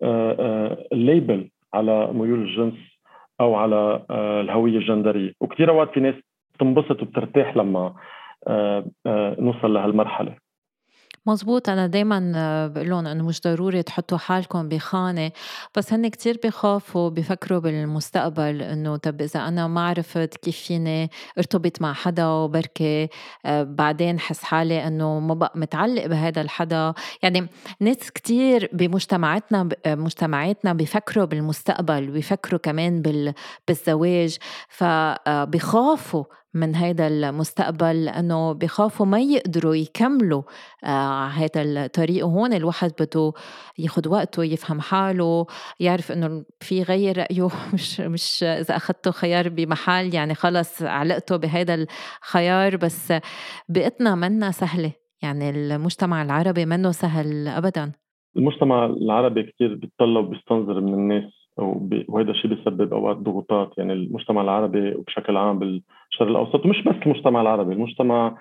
الليبل على ميول الجنس أو على الهوية الجندرية. وكثير أوقات في ناس بتنبسط وبترتاح لما نوصل لهالمرحلة. مزبوط. أنا دايما بقول لهم إنه مش ضروري تحطوا حالكم بخانة، بس هن كتير بخافوا بفكروا بالمستقبل إنه طب إذا أنا ما عرفت كيف فيني ارتبط مع حدا وبركي بعدين حس حالي إنه ما بقى متعلق بهذا الحدا. يعني ناس كتير بمجتمعاتنا مجتمعاتنا بفكروا بالمستقبل وبيفكروا كمان بالزواج، فبخافوا من هذا المستقبل لأنه بخافوا ما يقدروا يكملوا هذا الطريق. وهون الواحد بده ياخد وقته يفهم حاله، يعرف انه في غير رأيه مش اذا اخذته خيار بمحل يعني خلص علقته بهذا الخيار. بس بيئتنا منا سهلة، يعني المجتمع العربي منه سهل ابدا. المجتمع العربي كتير بيتطلب وبيستنظر من الناس، وهذا الشيء بيسبب اوقات ضغوطات. يعني المجتمع العربي وبشكل عام بالشرق الاوسط، ومش بس المجتمع العربي، المجتمع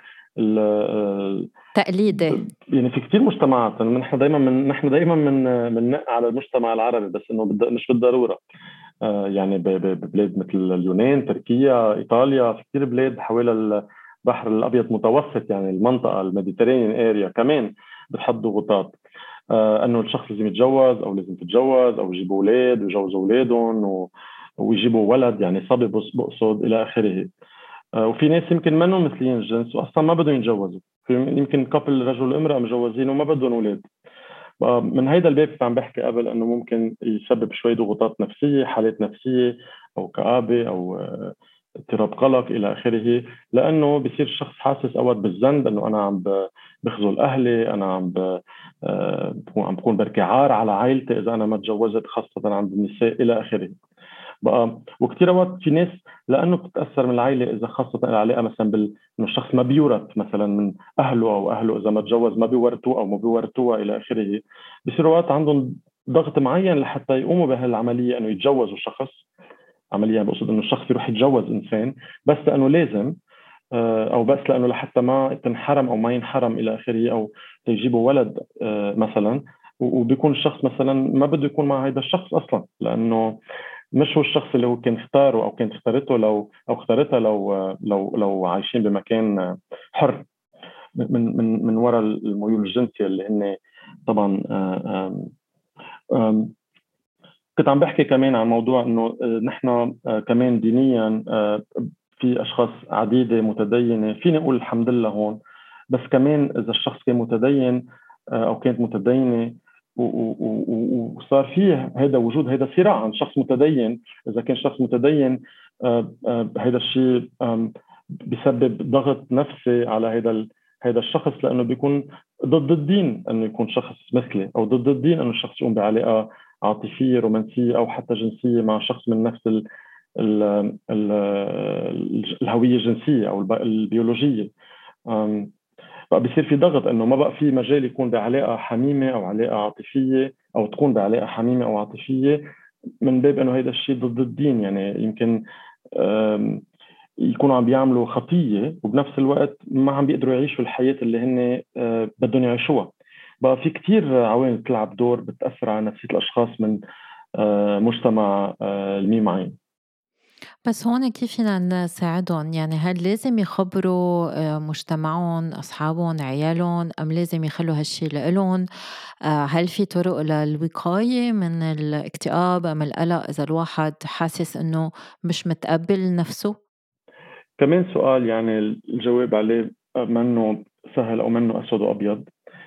تقليدي. يعني في كتير مجتمعات. يعني نحن دائما بننق على المجتمع العربي، بس انه مش بالضروره. يعني ببلاد مثل اليونان، تركيا، ايطاليا، في كتير بلاد حوالي البحر الابيض المتوسط، يعني المنطقه الميديترينيان اريا كمان بتحط ضغوطات. انه الشخص لازم يتجوز او لازم تتجوز او يجيبوا اولاد ويجوزوا اولادهم ويجيبوا ولد، يعني صبي بقصد الى اخره. وفي ناس يمكن منهم مثليين الجنس واصلا ما بدهم يتجوزوا. في يمكن كابل رجل وامراه مجوزين وما بدهم اولاد. من هيدا الباب كنت عم بحكي قبل انه ممكن يسبب شوي ضغوطات نفسيه، حالات نفسيه او كآبه او اضطراب قلق الى اخره، لانه بصير الشخص حاسس اوقات بالذنب انه انا عم بخذل اهلي، انا عم بكون بركي عار على عائلتي اذا انا ما تجوزت، خاصه عند النساء الى اخره. بقى. وكثير وقت في ناس لانه بتتاثر من العائله، اذا خاصه العلاقه مثلا انه الشخص ما بيورث مثلا من اهله، او اهله اذا ما تجوز ما بيورثوه او ما بيورثوها الى اخره، بصير وقت عندهم ضغط معين لحتى يقوموا بهالعمليه انه يتجوزوا شخص. عمليا بقصد انه الشخص يروح يتجوز انسان بس لانه لازم، او بس لانه لحتى ما تنحرم او ما ينحرم الى اخره، او تيجيبوا ولد مثلا. وبيكون الشخص مثلا ما بده يكون مع هذا الشخص اصلا، لانه مش هو الشخص اللي هو كان اختاره او كانت اختارته لو او اختارتها لو عايشين بمكان حر، من وراء الميول الجنسيه اللي هن طبعا. كنت عم بحكي كمان عن موضوع انه نحن كمان دينيا في اشخاص عديده متدينه، فيني اقول الحمد لله هون. بس كمان اذا الشخص كان متدين او كانت متدينه وصار فيه هذا وجود هذا صراع عن شخص متدين، اذا كان شخص متدين هذا الشيء بيسبب ضغط نفسي على هذا الشخص، لانه بيكون ضد الدين انه يكون شخص مثلي، او ضد الدين انه الشخص يقوم بعلاقه عاطفيه رومانسيه او حتى جنسيه مع شخص من نفس ال ال الهويه الجنسيه او البيولوجيه. بقى بصير في ضغط انه ما بقى في مجال يكون بعلاقه حميمه او علاقه عاطفيه، او تكون بعلاقه حميمه او عاطفيه، من باب انه هذا الشيء ضد الدين. يعني يمكن يكونوا عم بيعملوا خطيه وبنفس الوقت ما عم بيقدروا يعيشوا الحياه اللي هن بدهم يعيشوها. بقى في كتير عوامل بتلعب دور بتاثر على نفسيه الاشخاص من مجتمع الميم عين. بس هون كيف فينا نساعدهم؟ يعني هل لازم يخبروا مجتمعهم، أصحابهم، عيالهم، أم لازم يخلوا هالشي لإلهم؟ هل في طرق للوقاية من الاكتئاب أم القلق إذا الواحد حاسس إنه مش متقبل نفسه؟ كمان سؤال يعني الجواب عليه منه سهل او منه اسود وابيض.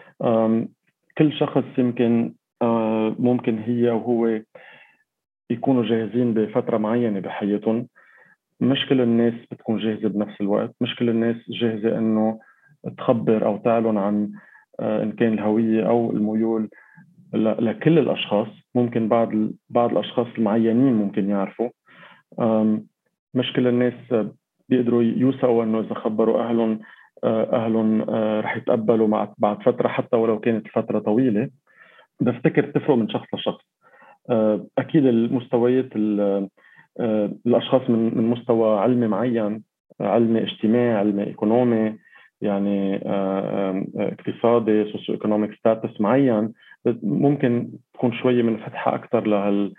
كل شخص يمكن ممكن هي وهو يكونوا جاهزين بفترة معينة بحياتهم. مش كل الناس بتكون جاهزة بنفس الوقت، مش كل الناس جاهزة انه تخبر او تعلن عن ان كان الهوية او الميول لكل الاشخاص. ممكن بعض الاشخاص المعينين ممكن يعرفوا. مش كل الناس بيقدروا يوثقوا انه اذا خبروا اهلهم رح يتقبلوا بعد فترة، حتى ولو كانت الفترة طويلة. بفتكر تفرق من شخص لشخص. اكيد المستويات الاشخاص من مستوى علمي معين، علمي اجتماعي، علمي ايكونومي، يعني اقتصادي، سوسيو ايكونوميك ستاتس معين، ممكن تكون شويه من فتحه اكثر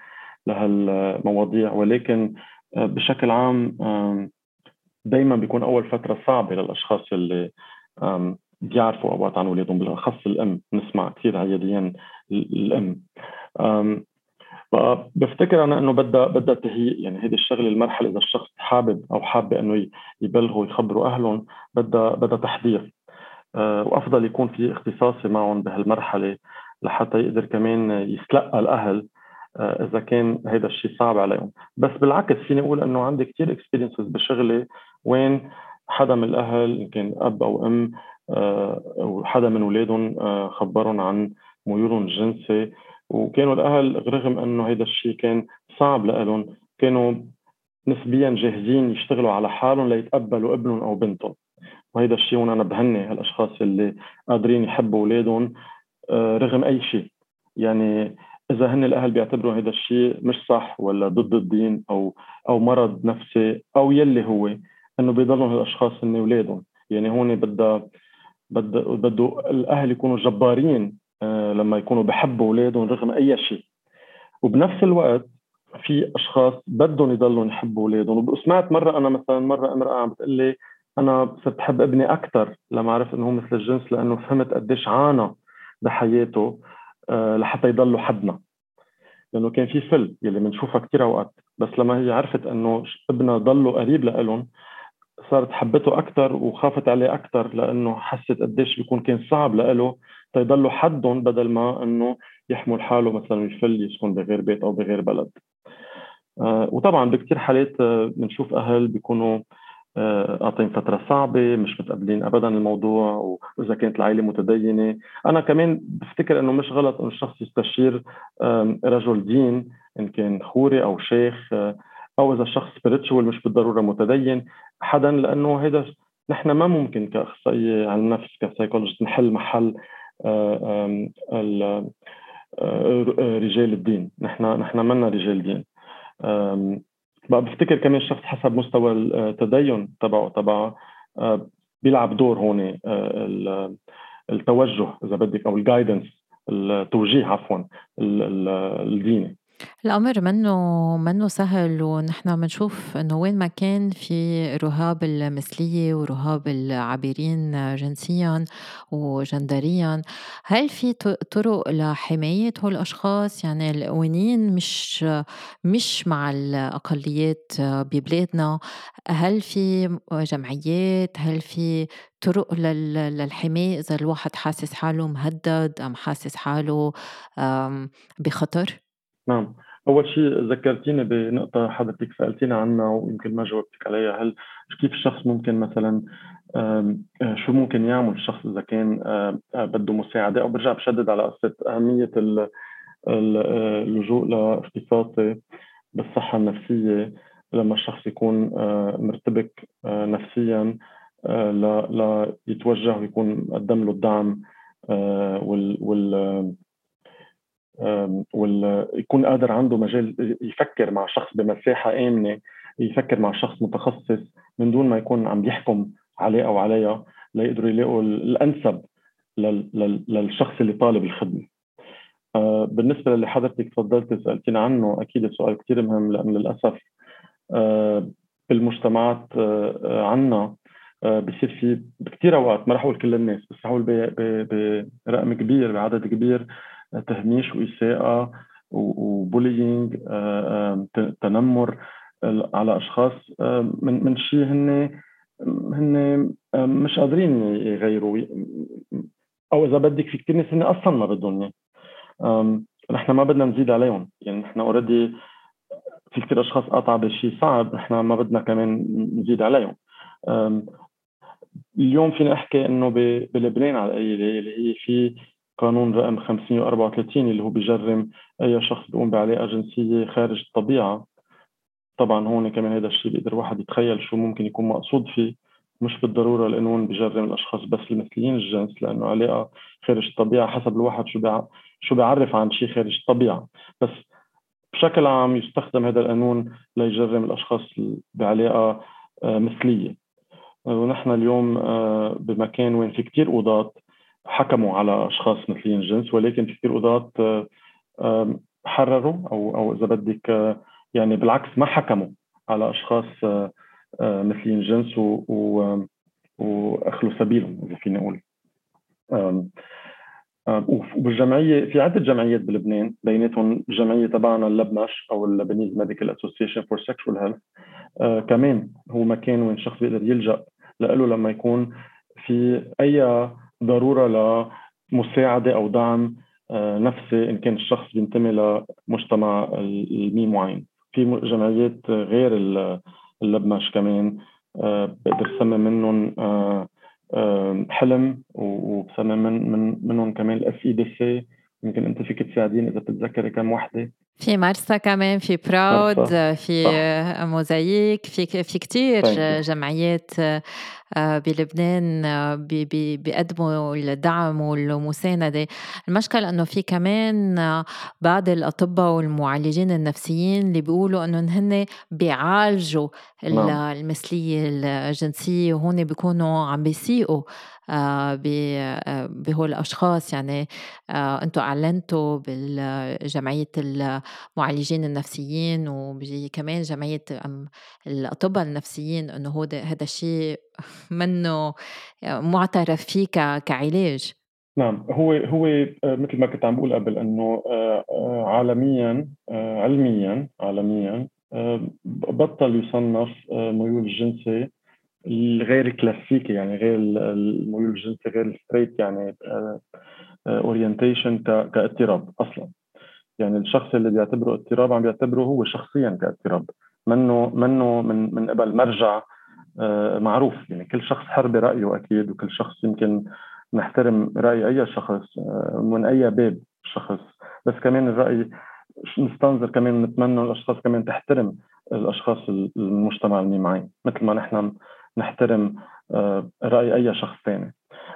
لهالمواضيع. ولكن بشكل عام دائما بيكون اول فتره صعبه للاشخاص اللي بيعرفوا اوقات عن اولادهم، بالاخص الام. نسمع كثير عياديا الام. بفتكر انا انه بدها تهيئ، يعني هذه الشغله المرحله اذا الشخص حابب او حابه انه يبلغوا يخبروا اهلهم، بدها تحضير. وافضل يكون في اختصاصي معهم بهالمرحله لحتى يقدر كمان يستلقى الاهل اذا كان هذا الشيء صعب عليهم. بس بالعكس فيني اقول انه عندي كثير اكسبيرينسز بشغلي وين حدا من الاهل ان كان اب او ام او حدا من اولادهم خبرهم عن ميولهم الجنسي، وكانوا الاهل رغم انه هذا الشيء كان صعب لهم كانوا نسبيا جاهزين يشتغلوا على حالهم ليتقبلوا ابنهم او بنتهم. وهذا الشيء هون انا بهني هالاشخاص اللي قادرين يحبوا اولادهم رغم اي شيء. يعني اذا هن الاهل بيعتبروا هذا الشيء مش صح ولا ضد الدين او مرض نفسي او يلي هو، انه بيضلوا هالاشخاص هن اولادهم. يعني هون بده الاهل يكونوا جبارين لما يكونوا بحبوا اولادهم رغم اي شيء. وبنفس الوقت في اشخاص بدهم يضلوا يحبوا اولادهم. وسمعت مره انا مثلا مره امراه عم بتقول لي انا صرت احب ابني اكثر لما عرفت انه هو مثل الجنس، لانه فهمت قديش عانى بحياته لحتى يضلوا حدنا. لانه كان في فل يلي بنشوفها كثير اوقات، بس لما هي عرفت انه ابنها ضله قريب لإلهم صارت حبته اكثر وخافت عليه اكثر، لانه حست قديش بيكون كان صعب لإله تيضلوا حدهم بدل ما انه يحمل حاله مثلا يفل يسكن بغير بيت او بغير بلد. وطبعا بكثير حالات بنشوف اهل بيكونوا قاطعين فترة صعبة، مش متقبلين أبدا الموضوع. وإذا كانت العائلة متدينة، أنا كمان بفتكر إنه مش غلط إنه الشخص يستشير رجل دين إن كان خوري أو شيخ أو إذا شخص spiritual مش بالضرورة متدين حدا، لأنه هيدا نحن ما ممكن كأخصائية على النفس كسايكولوجيست نحل محل رجال الدين. نحن منا رجال دين. بقى بفتكر كمان الشخص حسب مستوى التدين تبعه بيلعب دور هون. التوجه اذا بدك او الجايدنس، التوجيه عفوا، الديني. الأمر منّه سهل، ونحن منشوف إنه وين ما كان في رهاب المثلية ورهاب العابرين جنسيًا وجندريًا، هل في طرق لحماية هول الأشخاص؟ يعني القوانين مش مع الأقليات ببلادنا، هل في جمعيات، هل في طرق للحماية إذا الواحد حاسس حاله مهدد أم حاسس حاله بخطر؟ نعم، أول شيء ذكرتيني بنقطة حضرتك سألتيني عنها ويمكن ما جاوبتك عليها. هل كيف الشخص ممكن مثلا شو ممكن يعمل الشخص إذا كان بده مساعدة؟ أو برجع بشدد على قصة أهمية اللجوء لاختصاصي بالصحة النفسية لما الشخص يكون مرتبك نفسيا، لا يتوجه ويكون قدم له الدعم ويكون قادر عنده مجال يفكر مع شخص بمساحة آمنة، يفكر مع شخص متخصص من دون ما يكون عم يحكم عليه أو عليها، ليقدروا يلاقوا الأنسب للشخص اللي طالب الخدمة. بالنسبة للي حضرتك تفضلت سألتين عنه، أكيد سؤال كتير مهم، لأن للأسف بالمجتمعات عنا بصير في كثير اوقات، ما رح اقول كل الناس بس رح اقول برقم كبير، بعدد كبير، تهميش واساءه وبولينج، تنمر على اشخاص من شيء هن مش قادرين يغيروا، او اذا بدك في كثير ناس هن اصلا ما بدهم اياه. نحن ما بدنا نزيد عليهم، يعني نحن اوريدي في كثير اشخاص قاطعه بشيء صعب، احنا ما بدنا كمان نزيد عليهم. اليوم فينا احكي انه بلبنان على القليله اللي هي في قانون رقم 534 اللي هو بيجرم اي شخص بيقوم بعلاقه جنسيه خارج الطبيعه. طبعا هون كمان هذا الشيء بيقدر واحد يتخيل شو ممكن يكون مقصود فيه. مش بالضروره القانون بيجرم الاشخاص بس المثليين الجنس، لانه علاقه خارج الطبيعه حسب الواحد شو بيعرف عن شيء خارج الطبيعه. بس بشكل عام يستخدم هذا القانون ليجرم الأشخاص بعلاقة مثلية. ونحن اليوم بمكان وين في كتير قضاة حكموا على أشخاص مثليين الجنس، ولكن في كتير قضاة حرروا أو إذا بدك يعني بالعكس ما حكموا على أشخاص مثليين الجنس وأخلوا سبيلهم إذا فينا نقول. وبالجمعيه في عده جمعيات بلبنان، بيناتهم الجمعيه تبعنا اللبنش او اللبنيز ميديكال اسوسيشن فور سكشوال هيلث. كمان هو مكان وين الشخص بيقدر يلجا له لما يكون في اي ضروره لمساعده او دعم نفسي، ان كان الشخص بينتمي لمجتمع المي معين. في جمعيات غير اللبنش كمان بقدر سمي منهم حلم، وبسمى منهم كمان الاس اي دي سي. يمكن انت فيك تساعدين اذا بتتذكري كم وحده. في مرسى كمان، في براود، مرسى، في صح. موزايك، في كتير ثانك يو. جمعيات بلبنان بيقدموا الدعم والمساندة. المشكلة إنه في كمان بعض الأطباء والمعالجين النفسيين اللي بيقولوا إنه هن بيعالجوا نعم، المثلية الجنسية، وهون بيكونوا عم بيسيئوا بهول الأشخاص. يعني أنتوا أعلنتوا بالجمعية المعالجين النفسيين وكمان جمعية الأطباء النفسيين إنه هذا الشيء منه معترف فيه كعلاج. نعم. هو مثل ما كنت عم بقول قبل انه عالميا، علميا عالميا بطل يصنف ميول الجنسي الغير كلاسيكي، يعني غير الميول الجنسي غير الستريت، يعني اورينتيشن كاضطراب اصلا. يعني الشخص اللي بيعتبره اضطراب عم بيعتبره هو شخصيا كاضطراب، منه من قبل مرجع معروف. يعني كل شخص حر برأيه أكيد، وكل شخص يمكن نحترم رأي أي شخص من أي باب شخص، بس كمان الرأي نستنظر كمان، نتمنى الأشخاص كمان تحترم الأشخاص المجتمع الميمعين، مثل ما نحن نحترم رأي أي شخص ثاني.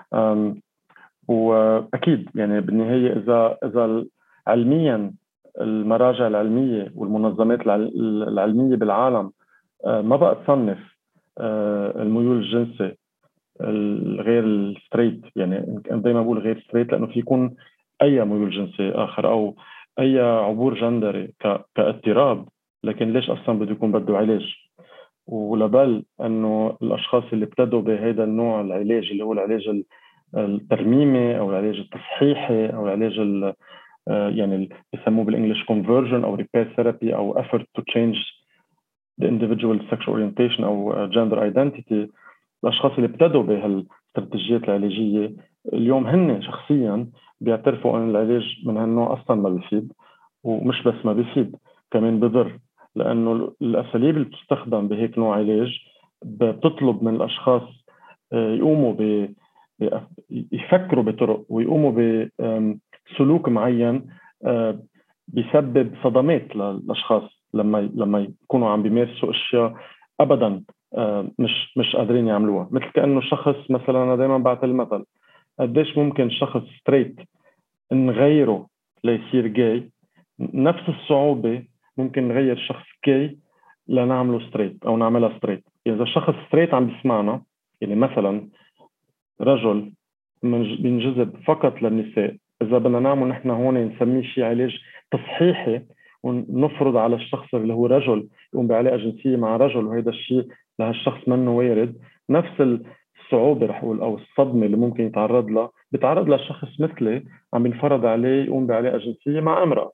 وأكيد يعني بالنهاية إذا علميا المراجع العلمية والمنظمات العلمية بالعالم ما بقى تصنف الميول الجنسي الغير الستريت، يعني دايما بقول غير ستريت لأنه في يكون أي ميول جنسي آخر أو أي عبور جندري كاضطراب، لكن ليش أصلا بده علاج؟ ولبل أنه الأشخاص اللي ابتدوا بهذا النوع العلاج اللي هو العلاج الترميمي أو العلاج التصحيحي أو العلاج يعني بيسموه بالإنجليش conversion أو repair therapy أو effort to change the individual sexual orientation أو gender identity. الأشخاص اللي ابتدوا بهالاستراتيجيات العلاجية اليوم هن شخصيا بيعترفوا أن العلاج من هالنوع أصلا ما بيفيد، ومش بس ما بيفيد كمان بضر، لأنه الأساليب اللي بتستخدم بهيك نوع علاج بتطلب من الأشخاص يقوموا يفكروا بطرق ويقوموا بسلوك معين بيسبب صدمات للأشخاص لما يكونوا عم بيمارسوا أشياء أبدا مش قادرين يعملوها. مثل كأنه شخص مثلا، أنا دايما بعطي المثل، قديش ممكن شخص ستريت نغيره ليصير جاي، نفس الصعوبة ممكن نغير شخص جاي لنعمله ستريت أو نعملها ستريت. يعني إذا شخص ستريت عم بيسمعنا، يعني مثلا رجل بينجذب فقط للنساء، إذا بدنا نعمل نحن هون نسميه شيء علاج تصحيحي ونفرض على الشخص اللي هو رجل يقوم بعلاقة جنسية مع رجل، وهذا الشيء لهالشخص منه وارد، نفس الصعوبة رح أقول أو الصدمة اللي ممكن يتعرض لها بيتعرض لشخص مثلي عم ينفرض عليه يقوم بعلاقة جنسية مع امرأة.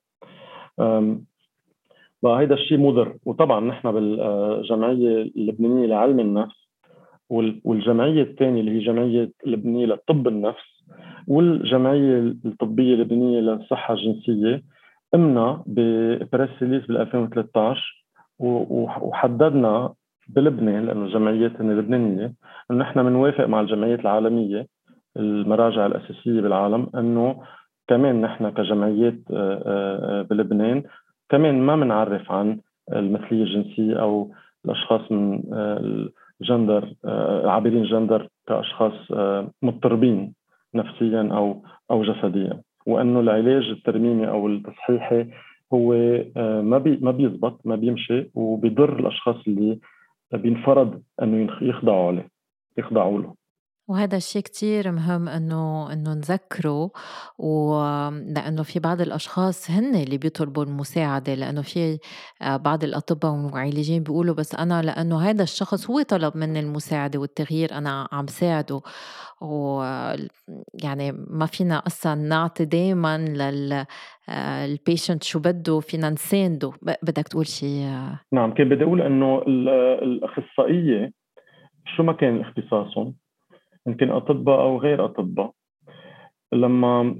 بقى هيدا الشيء مضر. وطبعا نحن بالجمعية اللبنانية لعلم النفس والجمعية الثانية اللي هي جمعية لبنانية لطب النفس والجمعية الطبية اللبنانية للصحة الجنسية قمنا ببريس ريليز بال 2013 وحددنا بلبنان، لأنه الجمعيات اللبنانية، أنه نحن بنوافق مع الجمعيات العالمية المراجع الأساسية بالعالم أنه كمان نحن كجمعيات بلبنان كمان ما بنعرف عن المثلية الجنسية أو الأشخاص من جندر عابرين جندر كأشخاص مضطربين نفسيا أو جسديا، وأنه العلاج الترميمي أو التصحيحي هو ما بيزبط ما بيمشي وبيضر الأشخاص اللي بينفرض أنه يخضعوا له. وهذا الشيء كتير مهم إنه نذكره، لأنه في بعض الأشخاص هن اللي بيطلبوا المساعدة، لأنه في بعض الأطباء والمعالجين بيقولوا بس أنا لأنه هذا الشخص هو طلب مني المساعدة والتغيير أنا عم ساعده، يعني ما فينا أصلا نعطي دايما البيشنت شو بده، فينا نسانده. بدك تقول شيء؟ نعم، كيف بدي أقول أنه الأخصائية شو ما كان اختصاصهم، يمكن أطباء أو غير أطباء، لما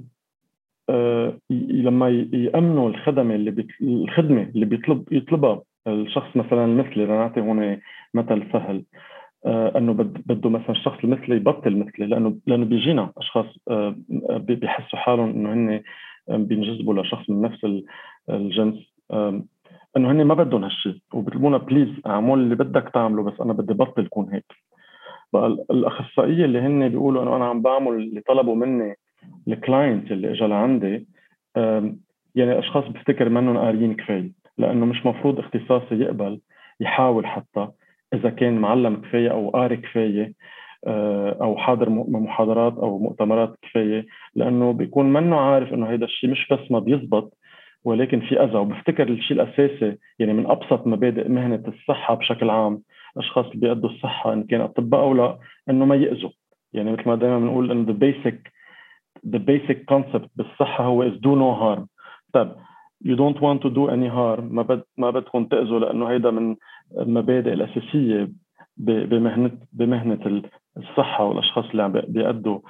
يأمنوا الخدمة اللي يطلبها الشخص مثلا المثلي، لنعطي هون مثل سهل، انه بده مثلا الشخص المثلي يبطل مثلي لانه بيجينا اشخاص بيحسوا حالهم انه هن بينجذبوا لشخص من نفس الجنس، انه هن ما بدهم هالشيء وبيطلبونا بليز اعمل اللي بدك تعمله بس انا بدي بطل كون هيك. بقى الاخصائيه اللي هن بيقولوا انه انا عم بعمل اللي طلبوا مني الكلاينت اللي اجى لعندي، يعني اشخاص بفتكر منهم قاريين كفايه، لانه مش مفروض اختصاصي يقبل يحاول حتى اذا كان معلم كفايه او قاري كفايه او حاضر محاضرات او مؤتمرات كفايه، لانه بيكون منه عارف انه هذا الشيء مش بس ما بيزبط ولكن في اذى. وبفتكر الشيء الاساسي يعني من ابسط مبادئ مهنه الصحه بشكل عام، الاشخاص اللي بيأدوا الصحه ان كان اطباء او لا، انه ما يأذوا. يعني مثل ما دائما بنقول انه the basic concept بالصحة هو is do no harm. طيب you don't want to do any harm، ما بدكم تأذوا، لأنه هيدا من المبادئ الأساسية بمهنة الصحة والأشخاص اللي عم بيأدوا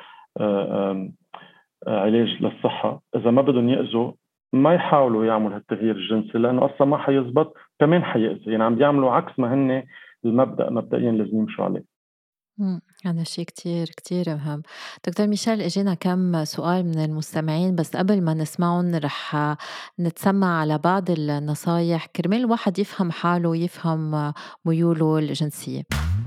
علاج للصحة. إذا ما بدهم يأذوا ما يحاولوا يعملوا هالتغيير الجنسي، لأنه أصلا ما حيزبط، كمان حيأذي. يعني عم بيعملوا عكس ما هن المبدأ مبدئيا لازم يمشوا عليه. هذا شيء كتير كتير مهم. دكتور ميشيل، اجينا كم سؤال من المستمعين، بس قبل ما نسمعهم رح نتسمع على بعض النصايح كرمال الواحد يفهم حاله ويفهم ميوله الجنسية.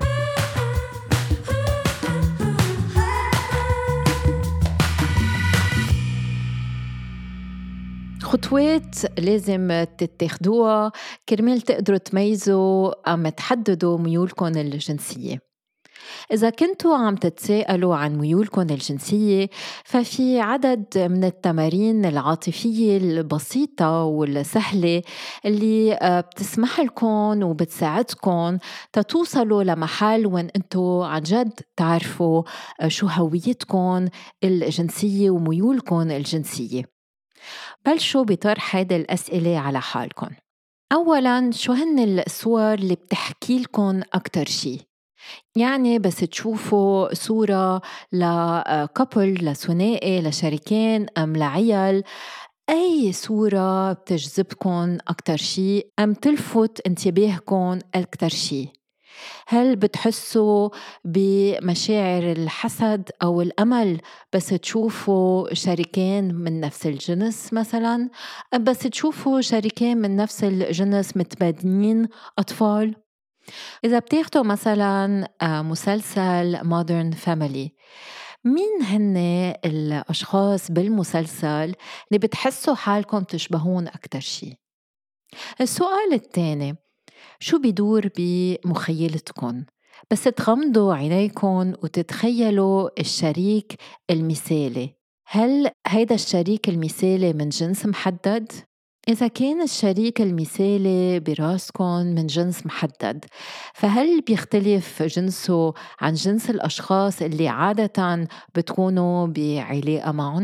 خطوات لازم تتاخدوها كرمال تقدروا تميزوا أم تحددوا ميولكم الجنسية. إذا كنتوا عم تتساءلوا عن ميولكم الجنسية، ففي عدد من التمارين العاطفية البسيطة والسهلة اللي بتسمح لكم وبتساعدكم تتوصلوا لمحل وين انتوا عن جد تعرفوا شو هويتكم الجنسية وميولكم الجنسية. بلشوا بطرح هيدي الأسئلة على حالكم. أولاً، شو هن الصور اللي بتحكي لكم أكتر شي؟ يعني بس تشوفوا صورة لكابل، لثنائي، لشريكين أم لعيال، أي صورة بتجذبكن أكتر شي أم تلفت انتباهكن أكتر شي؟ هل بتحسوا بمشاعر الحسد أو الأمل بس تشوفوا شريكين من نفس الجنس مثلاً؟ أم بس تشوفوا شريكين من نفس الجنس متبادلين أطفال؟ إذا بتاخدوا مثلاً مسلسل Modern Family، مين هن الأشخاص بالمسلسل اللي بتحسوا حالكم تشبهون أكتر شي؟ السؤال الثاني، شو بيدور بمخيلتكن بس تغمضوا عينيكن وتتخيلوا الشريك المثالي؟ هل هيدا الشريك المثالي من جنس محدد؟ إذا كان الشريك المثالي براسكن من جنس محدد، فهل بيختلف جنسه عن جنس الأشخاص اللي عادة بتكونوا بعلاقة معهم؟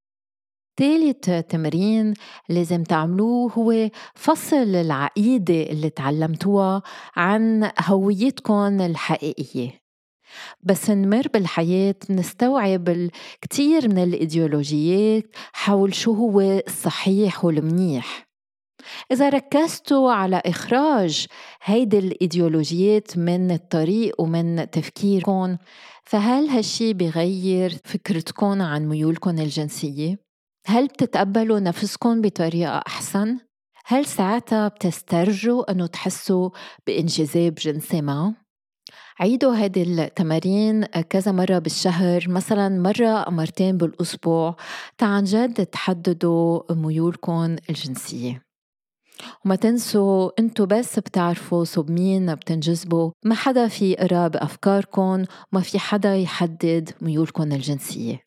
تالت تمرين لازم تعملوه هو فصل العقيدة اللي تعلمتوها عن هويتكم الحقيقية. بس نمر بالحياة نستوعب كتير من الإيديولوجيات حول شو هو الصحيح والمنيح. إذا ركزتوا على إخراج هيدي الإيديولوجيات من الطريق ومن تفكيركم، فهل هالشي بيغير فكرتكم عن ميولكم الجنسية؟ هل بتتقبلوا نفسكم بطريقة أحسن؟ هل ساعتها بتسترجوا أنه تحسوا بانجذاب جنسي ما؟ عيدوا هذه التمارين كذا مرة بالشهر، مثلا مرة أو مرتين بالأسبوع، عن جد تحددوا ميولكم الجنسية. وما تنسوا انتوا بس بتعرفوا صوب مين بتنجذبوا، ما حدا في يقرا بأفكاركم، وما في حدا يحدد ميولكم الجنسية.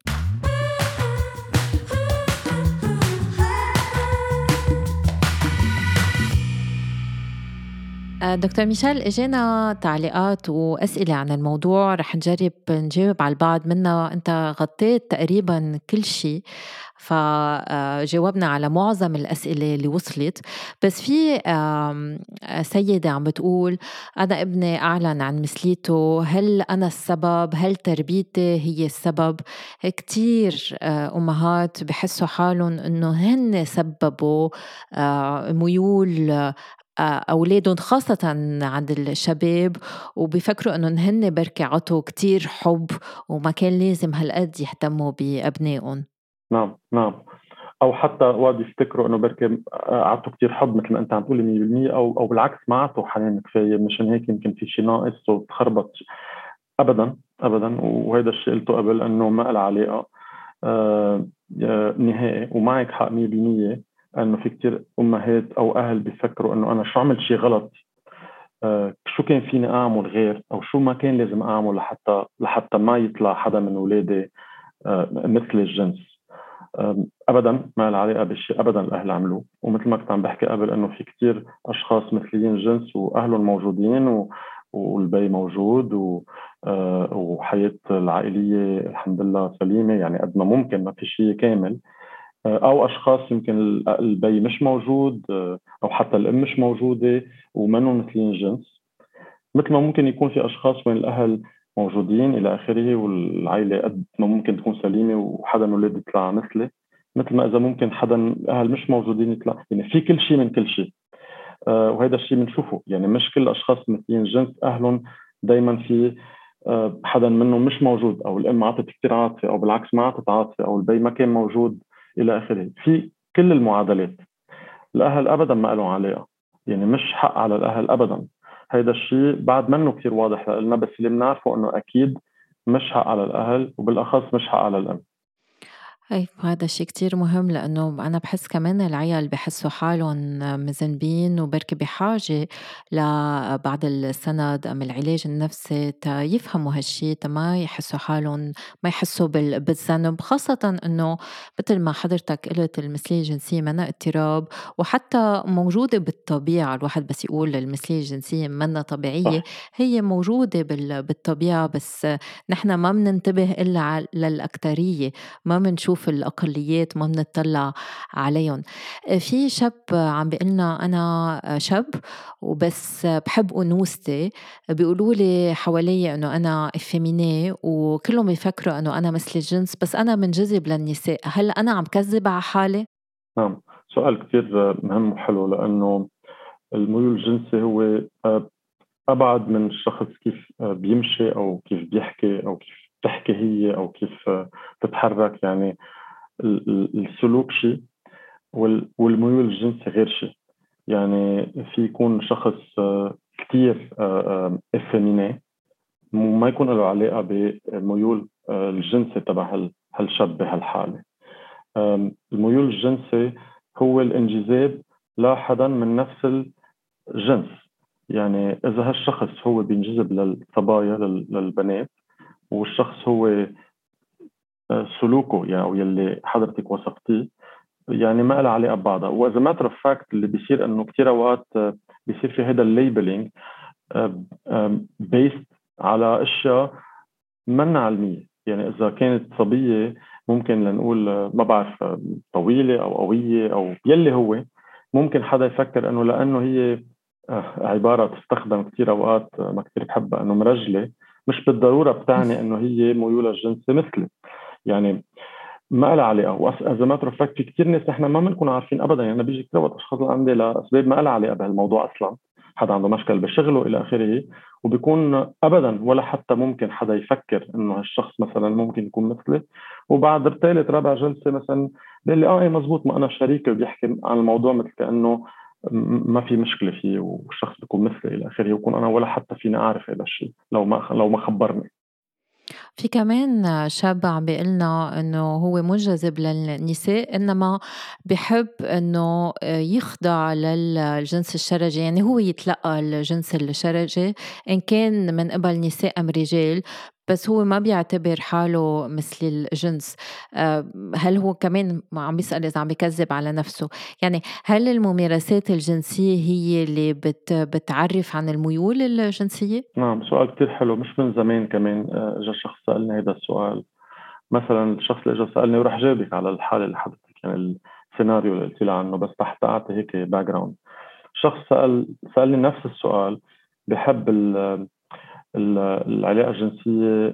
دكتور ميشيل، اجينا تعليقات وأسئلة عن الموضوع، رح نجرب نجاوب على البعض منها. انت غطيت تقريبا كل شيء، فجاوبنا على معظم الأسئلة اللي وصلت. بس في سيدة عم بتقول أنا ابني أعلن عن مثليته، هل أنا السبب؟ هل تربيتي هي السبب؟ كتير أمهات بحسوا حالهم أنه هن سببوا ميول أولادهم، خاصة عند الشباب، وبيفكروا أنهم هن بركي عطوا كتير حب وما كان لازم هالقد يهتموا بأبنائهم. نعم نعم، او حتى وقت يفتكروا انه بركي عطوا كتير حب مثل ما انت عم تقولي 100%، او بالعكس ما عطوا حنان كفايه، مشان هيك يمكن في شيء ناقص وتخربط. ابدا ابدا، وهذا الشيء قلته قبل انه ما له علاقه نهائي. ومعك حق 100% انه في كتير امهات او اهل بيفكروا انه انا شو عملت شيء غلط، شو كان فيني اعمل غير، او شو ما كان لازم اعمل لحتى ما يطلع حدا من اولادي مثل الجنس. ابدا ما له علاقه بالشيء ابدا الاهل عملوه. ومثل ما كنت عم بحكي قبل انه في كتير اشخاص مثليين جنس واهلهم موجودين والبي موجود وحياة العائلية الحمد لله سليمة، يعني قد ما ممكن، ما في شيء كامل. أو أشخاص يمكن البي مش موجود، أو حتى الأم مش موجودة ومنهم مثلين جنس. مثل ما ممكن يكون في أشخاص وين الأهل موجودين إلى آخره والعائلة قد ما ممكن تكون سليمة وحدا من الأولاد يطلع مثله، مثل ما إذا ممكن حدا من الأهل مش موجودين يطلع. يعني في كل شيء من كل شيء. وهذا الشيء بنشوفه، يعني مش كل الأشخاص مثلين جنس أهلهم دايما في حدا منهم مش موجود، او الام عطت كثير عاطفه، او بالعكس ما عطت عاطفه، او البي ما كان موجود الى اخره. في كل المعادلات الاهل ابدا ما لهم علاقه، يعني مش حق على الاهل ابدا. هيدا الشيء بعد منه كثير واضح لنا، بس اللي بنعرفه انه اكيد مش حق على الاهل، وبالاخص مش حق على الام. أي هذا شي كتير مهم لأنه أنا بحس كمان العيال بحسوا حالهم مذنبين وبركي بحاجة لبعض السند أم العلاج النفسي تا يفهموا هالشي، تا ما يحسوا حالهم، ما يحسوا بالذنب، خاصة إنه مثل ما حضرتك قلت المثلية الجنسية منا اضطراب، وحتى موجودة بالطبيعة. الواحد بس يقول المثلية الجنسية منا طبيعية، صح. هي موجودة بالطبيعة، بس نحن ما بننتبه إلا للأكترية، ما منشوف الأقليات، ما منطلع عليهم. في شاب عم بيقلنا أنا شاب وبس بحب أنوثتي، بيقولوا لي حوالي إنه أنا إفيمينيه وكلهم يفكروا إنه أنا مثل الجنس، بس أنا منجذب للنساء. هل أنا عم كذب على حالي؟ نعم، سؤال كثير مهم وحلو، لانه الميول الجنسي هو ابعد من الشخص كيف بيمشي او كيف بيحكي او كيف تحكي هي او كيف تتحرك. يعني السلوك شيء، والميول الجنسي غير شيء. يعني في يكون شخص كثير افيميني وما يكون له علاقه بميول الجنسي تبع هالشاب بهالحاله. الميول الجنسي هو الانجذاب لحدا من نفس الجنس. يعني اذا هالشخص هو بينجذب للصبايا للبنات، والشخص هو سلوكه يعني او يلي حضرتك وصفتيه يعني ما لها علاقه ببعضها. واذا ماتر اوف فاكت اللي بيصير انه كثير اوقات بيصير في هذا الليبلينج بيست على اشياء منا علميه. يعني اذا كانت صبيه ممكن لنقول ما بعرف طويله او قويه او يلي هو، ممكن حدا يفكر انه لانه هي عباره تستخدم كثير اوقات ما كثير بحبها انه مرجله، مش بالضروره بتعني انه هي ميولها الجنسي مثلي. يعني ما لها علاقه. واذا ما ترفكت في كثير ناس نحن ما بنكون عارفين ابدا. يعني بيجي كثير وقت اشخاص عندي لاسباب ما لها علاقه بهالموضوع اصلا، حدا عنده مشكل بشغله الى اخره، وبيكون ابدا ولا حتى ممكن حدا يفكر انه هالشخص مثلا ممكن يكون مثلي. وبعد بثالث رابع جلسه مثلا بيقول لي اه ايه مزبوط، ما انا شريكي، وبيحكي عن الموضوع مثل كانه ما في مشكله فيه والشخص بيكون مثلي الى اخره، ويكون انا ولا حتى فيني اعرف هذا الشيء لو ما خبرني. في كمان شاب عم بيقلنا إنه هو منجذب للنساء، إنما بحب إنه يخضع للجنس الشرجي، يعني هو يتلقى الجنس الشرجي إن كان من قبل نساء أم رجال، بس هو ما بيعتبر حاله مثل الجنس. هل هو كمان ما عم بيسأل إذا عم بيكذب على نفسه؟ يعني هل الممارسات الجنسية هي اللي بتعرف عن الميول الجنسية؟ نعم، سؤال كتير حلو. مش من زمان كمان اجى شخص سألني هذا السؤال. مثلا الشخص اللي اجى سألني، وراح جاوبك على الحالة اللي حضرتك يعني السيناريو اللي قلت لي عنه، بس تحت اعطي هيك باك جراوند. شخص سألني نفس السؤال، بحب العلاقة الجنسية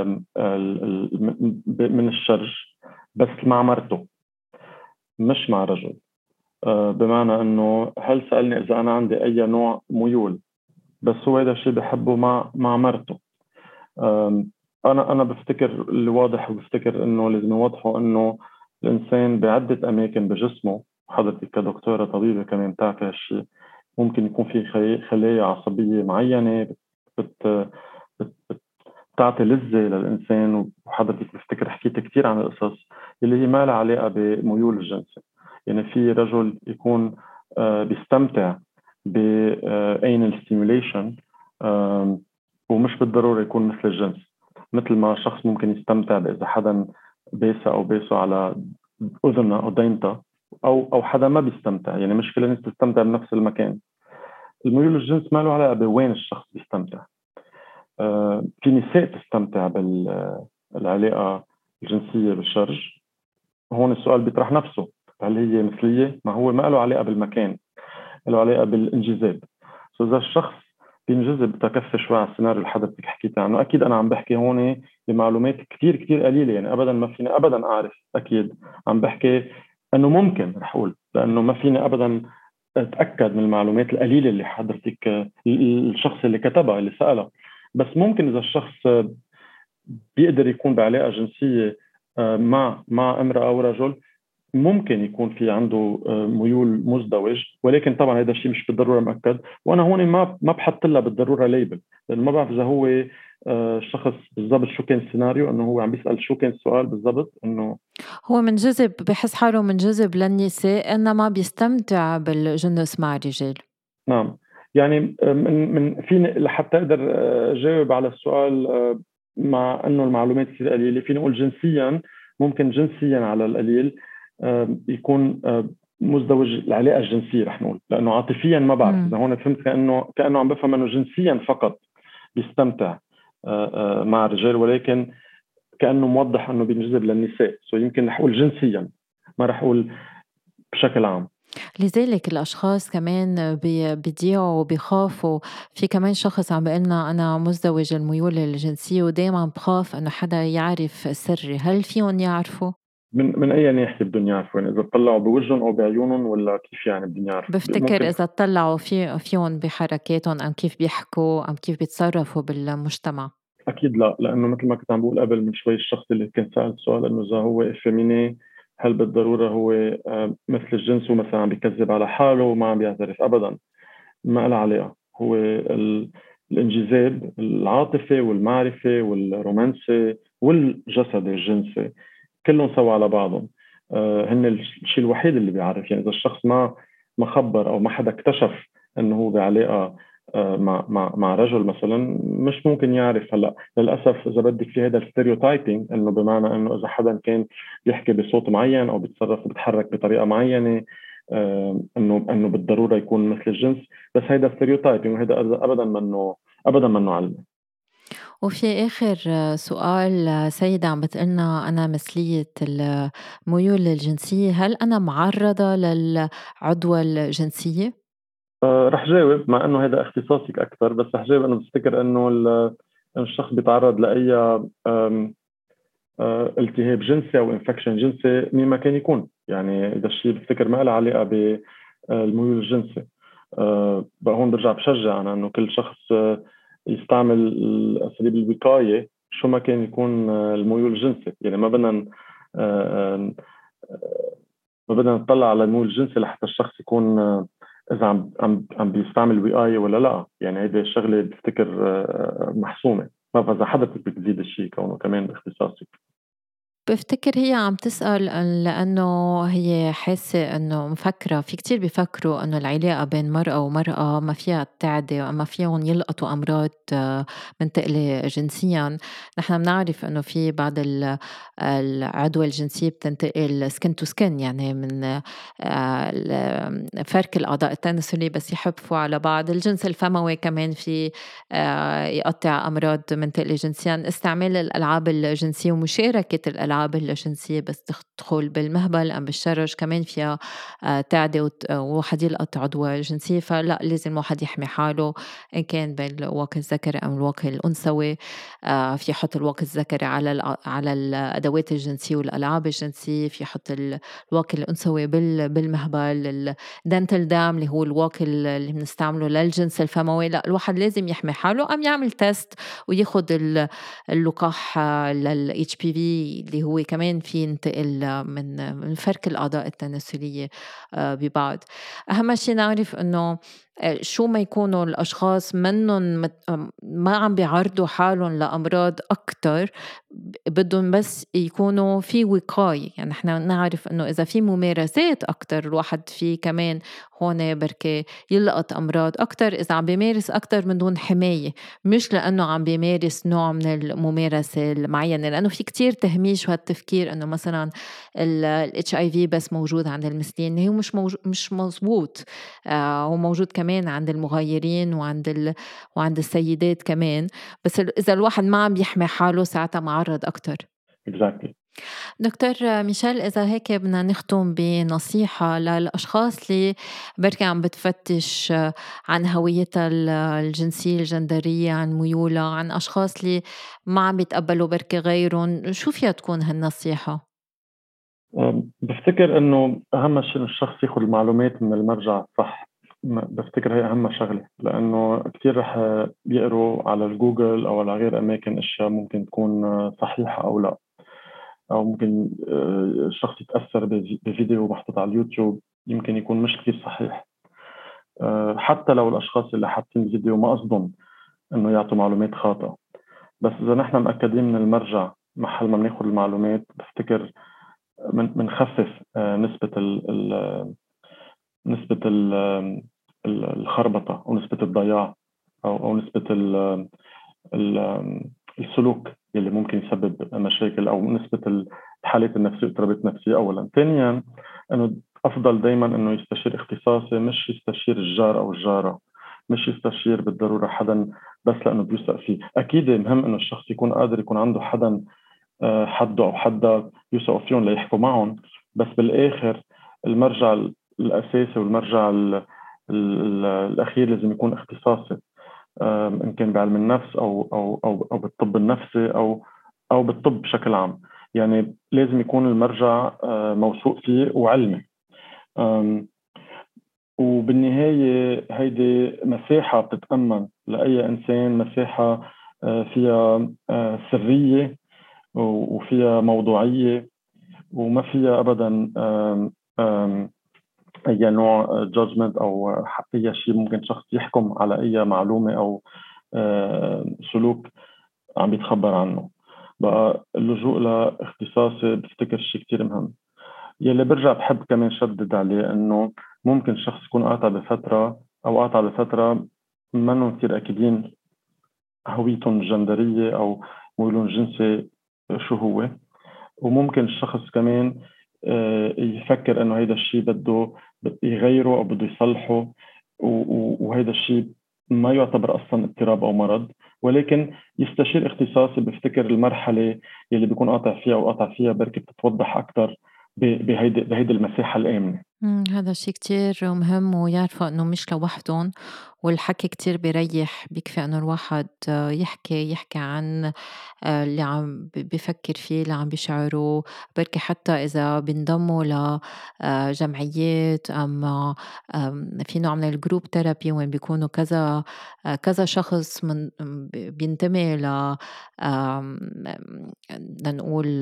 من الشرج، بس مع مرته مش مع رجل. بمعنى انه هل سألني اذا انا عندي اي نوع ميول، بس هو هذا الشيء بحبه مع مرته. انا بفتكر اللي واضح، وبفتكر انه لازم نوضحه انه الانسان بعده اماكن بجسمه، حضرتك كدكتوره طبيبه كمان بتعرفي هالشيء، ممكن يكون في خلايا عصبيه معينه بت بت بتعطي لذه للانسان. وحضرتك بفتكر حكيت كثير عن القصص اللي هي ما لها علاقه بميول الجنس. يعني في رجل يكون بيستمتع بانال ستيميوليشن، ومش بالضرورة يكون مثل الجنس. مثل ما شخص ممكن يستمتع إذا حدا بيسا أو بيسو على أذنه أو دينته، أو حدا ما بيستمتع. يعني مش كل الناس تستمتع بنفس المكان. الميول الجنس ما له علاقة بوين الشخص بيستمتع. في نساء تستمتع بالعلاقة الجنسية بالشرج. هون السؤال بيطرح نفسه، هل هي مثلية؟ ما هو ما له علاقة بالمكان، له علاقة بالانجذاب. إذا الشخص بينجذب، تكفي شوي على السيناريو اللي حضرتك حكيت عنه. أكيد أنا عم بحكي هون بمعلومات كتير كتير قليلة، يعني أبدا ما فيني أبدا أعرف. أكيد عم بحكي أنه ممكن، رح أقول لأنه ما فيني أبدا أتأكد من المعلومات القليلة اللي حضرتك الشخص اللي كتبها اللي سألها. بس ممكن إذا الشخص بيقدر يكون بعلاقة جنسية مع امرأة أو رجل، ممكن يكون في عنده ميول مزدوج، ولكن طبعا هذا الشيء مش بالضروره مؤكد. وانا هون ما بحط لها بالضروره ليبل، لانه ما بعرف اذا هو الشخص بالضبط شو كان السيناريو، انه هو عم بيسال شو كان السؤال بالضبط. انه هو منجذب، بحس حاله منجذب للنساء إنما بيستمتع بالجنس مع الرجال. نعم، يعني من فيني لحتى اقدر اجاوب على السؤال، مع انه المعلومات كثير قليله، فيني اقول جنسيا، ممكن جنسيا على القليل يكون مزدوج العلاقه الجنسيه، رح نقول، لانه عاطفيا ما بعرف مم. اذا هون فهمت، كانه عم بفهم انه جنسيا فقط بيستمتع مع الرجال، ولكن كانه موضح انه بينجذب للنساء. يمكن رح اقول جنسيا، ما رح اقول بشكل عام. لذلك الأشخاص كمان بيضيعوا وبيخافوا. في كمان شخص عم بيقلنا أنا مزدوج الميول الجنسية ودايما بخاف إنه حدا يعرف سري، هل فيهم يعرفوا؟ من اي ناحيه بدهم يعرفوا؟ يعني اذا طلعوا بوجههم او بعيونهم، ولا كيف يعني بدهم يعرفوا؟ بفتكر ممكن. إذا اطلعوا فيهم بحركاتهم أم كيف بيحكوا أم كيف بيتصرفوا بالمجتمع. اكيد لا، لانه مثل ما كنت عم بقول قبل من شوي، الشخص اللي كان سال سؤال انه اذا هو افيميني، هل بالضروره هو مثل الجنس، ومثلا عم بيكذب على حاله وما عم بيعترف؟ ابدا، ما لها علاقه. هو الانجذاب العاطفي والمعرفي والرومانسي والجسدي الجنسي كلهم سوا على بعضهم هن الشيء الوحيد اللي بيعرف. يعني اذا الشخص ما خبر او ما حدا اكتشف انه هو بعلاقه مع رجل مثلا، مش ممكن يعرف. هلا للاسف اذا بدك، في هذا الستيريوتايبينج، انه بمعنى انه اذا حدا كان بيحكي بصوت معين او بيتصرف وبيتحرك بطريقه معينه، انه بالضروره يكون مثل الجنس. بس هيدا ستيريوتايبينج، وهذا ابدا منه علم. وفي آخر سؤال، سيدة عم بتقلنا أنا مثلية الميول الجنسية، هل أنا معرضة للعدوى الجنسية؟ رح جاوب، مع انه هذا اختصاصك اكثر، بس رح جاوب انه بفتكر انه إنه الشخص بيتعرض لاي التهاب جنسي او انفكشن جنسي مين ما كان يكون. يعني اذا الشيء بفتكر ما له علاقه بالميول الجنسي. بقى هون برجع بشجع انا انه كل شخص يستعمل اساليب الوقايه شو ما كان يكون الميول الجنسي. يعني ما بدنا نطلع على الميول الجنسي لحتى الشخص يكون اذا عم بيستعمل وقايه ولا لا. يعني هيدي الشغله بفتكر محسومه. ما بعرف اذا حضرتك بتزيد الشيء كونه كمان باختصاصك. بفتكر هي عم تسأل لأنه هي حاسة إنه مفكرة في كتير بيفكروا إنه العلاقة بين مرأة ومرأة ما فيها تعدي وما فيهم يلقطوا أمراض منتقلة جنسيا. نحن بنعرف إنه في بعض العدوى الجنسية بتنتقل سكن تو سكن، يعني من فرك الأعضاء التناسلي بس يحبوا على بعض. الجنس الفموي كمان في يقطع أمراض منتقلة جنسيا. استعمال الألعاب الجنسية ومشاركة الألعاب الجنسية بس تدخل بالمهبل أم بالشرج كمان فيها تعدي وواحد يلقط عدوى جنسية. فلا، لازم الواحد يحمي حاله إن كان بالواقي الذكري أم الواقي الأنثوي. في يحط الواقي الذكري على الأدوات الجنسية والألعاب الجنسية، في يحط الواقي الأنثوي بالمهبل. الدنتل دام اللي هو الواقي اللي بنستعمله للجنس الفموي. لا، الواحد لازم يحمي حاله أم يعمل تيست وياخد اللقاح لل HPV اللي هو كمان في ينتقل من فرك الأعضاء التناسلية ببعض. أهم شيء نعرف إنه شو ما يكونوا الأشخاص منهم ما عم بيعرضوا حالهم لأمراض أكتر، بدهم بس يكونوا في وقاية. يعني نحن نعرف إنه إذا في ممارسات أكتر الواحد في كمان هون بركي يلقط أمراض أكتر إذا عم بيمارس أكتر من دون حماية، مش لأنه عم بيمارس نوع من الممارسة المعينة. لأنه في كتير تهميش وهالتفكير إنه مثلا ال HIV بس موجود عند المثليين، هو مش مزبوط. هو موجود كمان عند المغيرين وعند السيدات كمان. بس إذا الواحد ما عم يحمي حاله ساعتها معرض أكتر. اكزاكتلي. دكتور ميشيل، إذا هيك بدنا نختم بنصيحة للأشخاص اللي بركي عم بتفتش عن هويتها الجنسية الجندرية، عن ميولها، عن أشخاص اللي ما عم بيتقبلوا بركي غيرهم، شو فيها تكون هالنصيحة؟ بفتكر انه اهم شيء إنه الشخص ياخذ المعلومات من المرجع الصح. بفتكر هي أهم شغلة، لأنه كتير رح بيقروا على الجوجل أو على غير أماكن أشياء ممكن تكون صحيحة أو لا، أو ممكن الشخص يتأثر بفيديو محطوط على اليوتيوب يمكن يكون مش كتير صحيح. حتى لو الأشخاص اللي حاطين الفيديو ما قصدهم إنه يعطوا معلومات خاطئة، بس إذا نحن مأكدين من المرجع محل ما بناخد المعلومات، بفتكر بنخفف نسبة نسبة الخربطة أو نسبة الضياع أو نسبة ال- السلوك اللي ممكن يسبب مشاكل، أو نسبة الحالات النفسية واضطرابات النفسية. أولا، ثانيا إنه أفضل دايما إنه يستشير اختصاصي، مش يستشير الجار أو الجارة، مش يستشير بالضرورة حدا بس لأنه بيوثق فيه. أكيد مهم إنه الشخص يكون قادر يكون عنده حدا حده أو حدا يوثقوا فيهم ليحكوا معهم، بس بالآخر المرجع الأساسي والمرجع الأخير لازم يكون اختصاصي، إن كان بعلم النفس أو بالطب النفسي أو بالطب بشكل عام. يعني لازم يكون المرجع موثوق فيه وعلمي. وبالنهاية هيدي مساحة بتتأمن لأي إنسان، مساحة فيها سرية وفيها موضوعية، وما فيها أبدا أي نوع جادجمنت أو أي شيء ممكن شخص يحكم على أي معلومة أو سلوك عم بيتخبر عنه. بقى اللجوء لاختصاصي بفتكر شيء كتير مهم. يلي برجع بحب كمان شدد عليه إنه ممكن شخص يكون قاطع بفترة منهم كتير أكيدين هويتهم الجندرية أو ميولهم الجنسي شو هو، وممكن الشخص كمان يفكر انه هيدا الشيء بده يغيره او بده يصلحه، وهيدا الشيء ما يعتبر اصلا اضطراب او مرض، ولكن يستشير اختصاصي. بفتكر المرحله يلي بيكون قاطع فيها بركي بتتوضح اكثر بهيدي المساحه الامنه. هذا شي كتير مهم، ويعرفوا إنه مش لوحدهم، والحكي كتير بيريح. بيكفي إنه الواحد يحكي عن اللي عم بفكر فيه، اللي عم بيشعره. بركي حتى إذا بينضموا لجمعيات أما في نوع من الجروب ثيرابي وين بيكونوا كذا شخص من بينتمي لنقول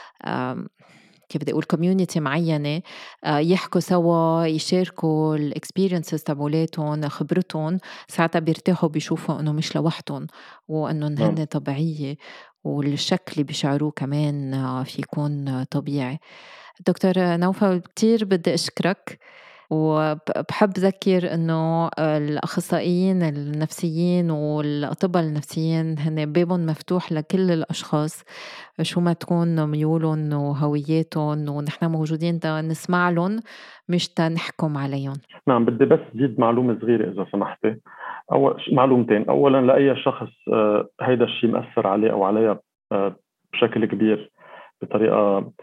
كيف بدي أقول community معينة، يحكوا سوا، يشاركوا الexperiences تبعولاتهم، خبرتهم. ساعتها بيرتاحوا، بيشوفوا إنه مش لوحدهم، وإنه نعم. هن طبيعية، والشك اللي بيشعروه كمان في يكون طبيعي. دكتور نوفل، كتير بدي أشكرك، وبحب ذكر إنه الأخصائيين النفسيين والأطباء النفسيين هن بابهم مفتوح لكل الأشخاص، شو ما تكون ميولهم وهوياتهم، ونحن موجودين تا نسمع لهم مش تا نحكم عليهم. نعم، بدي بس زيد معلومة صغيرة إذا سمحتي. معلومتين. أولا، لأي شخص هيدا الشيء مأثر عليه أو عليها بشكل كبير بطريقة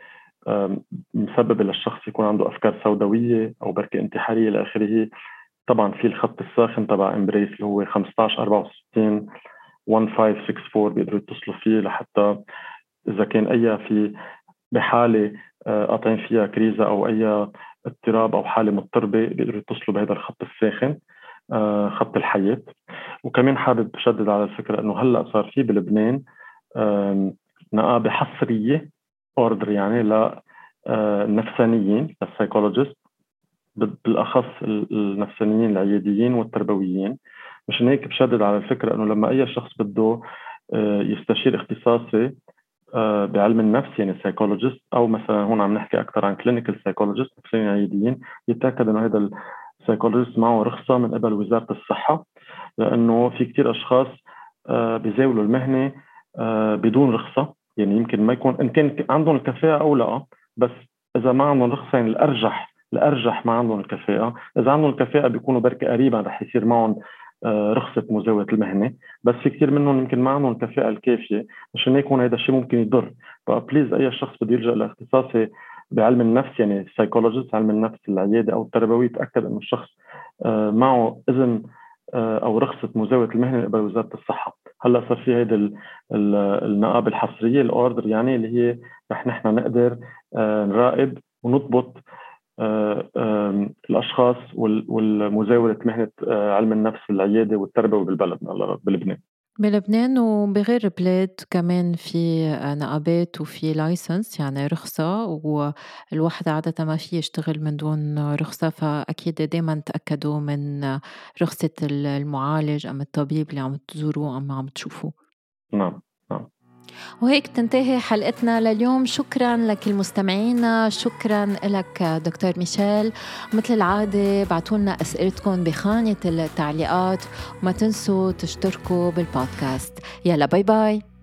مسببة للشخص يكون عنده أفكار سوداوية أو بركة انتحارية إلى آخره، طبعا في الخط الساخن تبع امبريس اللي هو 15 64 1564 بيقدروا يتصلوا فيه لحتى إذا كان في بحالة قاطعين فيها كريزة أو أي اضطراب أو حالة مضطربة، بيقدروا يتصلوا بهذا الخط الساخن، خط الحياة. وكمان حابب أشدد على الفكرة إنه هلأ صار في بلبنان نقابة حصرية، اوردر يعني للنفسانيين، للسايكولوجيست، بالاخص النفسانيين العياديين والتربويين. مشان هيك بشدد على الفكره انه لما اي شخص بده يستشير اختصاصي بعلم النفس، يعني سايكولوجيست، او مثلا هون عم نحكي اكثر عن كلينيكال سايكولوجيست، نفسانيين عياديين، يتاكد انه هذا السايكولوجيست معه رخصه من قبل وزاره الصحه، لانه في كثير اشخاص بيزاولوا المهنه بدون رخصه. يعني يمكن ما يكون ان كان عندهم الكفاءه او لا، بس اذا ما عندهم رخصه، يعني الارجح ما عندهم الكفاءه. اذا عندهم الكفاءه بيكونوا بركي قريبا رح يصير معهم رخصه مزاوله المهنه، بس في كثير منهم يمكن ما عندهم الكفاءه الكافيه. مشان هيك هون هذا الشيء ممكن يضر. فبليز اي شخص بده يلجا لاختصاصي بعلم النفس، يعني سايكولوجيست، علم النفس العياده او التربوي، يتاكد انه الشخص معه اذن او رخصه مزاوله المهنه قبل وزاره الصحه. هلا صار في هيدي النقابه الحصريه، الاوردر، يعني اللي هي رح نحن نقدر نراقب ونضبط الأشخاص والمزاولة مهنة علم النفس في العيادة والتربوي بالبلد بلبنان. بلبنان وبغير بلاد كمان في نقابات وفي لايسنس يعني رخصة، والواحد عادة ما في يشتغل من دون رخصة، فأكيد دايما تأكدوا من رخصة المعالج أم الطبيب اللي عم تزوروه أم عم تشوفوه. نعم نعم. وهيك تنتهي حلقتنا لليوم. شكرا لك المستمعين، شكرا لك دكتور ميشيل. مثل العادة بعتولنا أسئلتكم بخانة التعليقات، وما تنسوا تشتركوا بالبودكاست. يلا باي باي.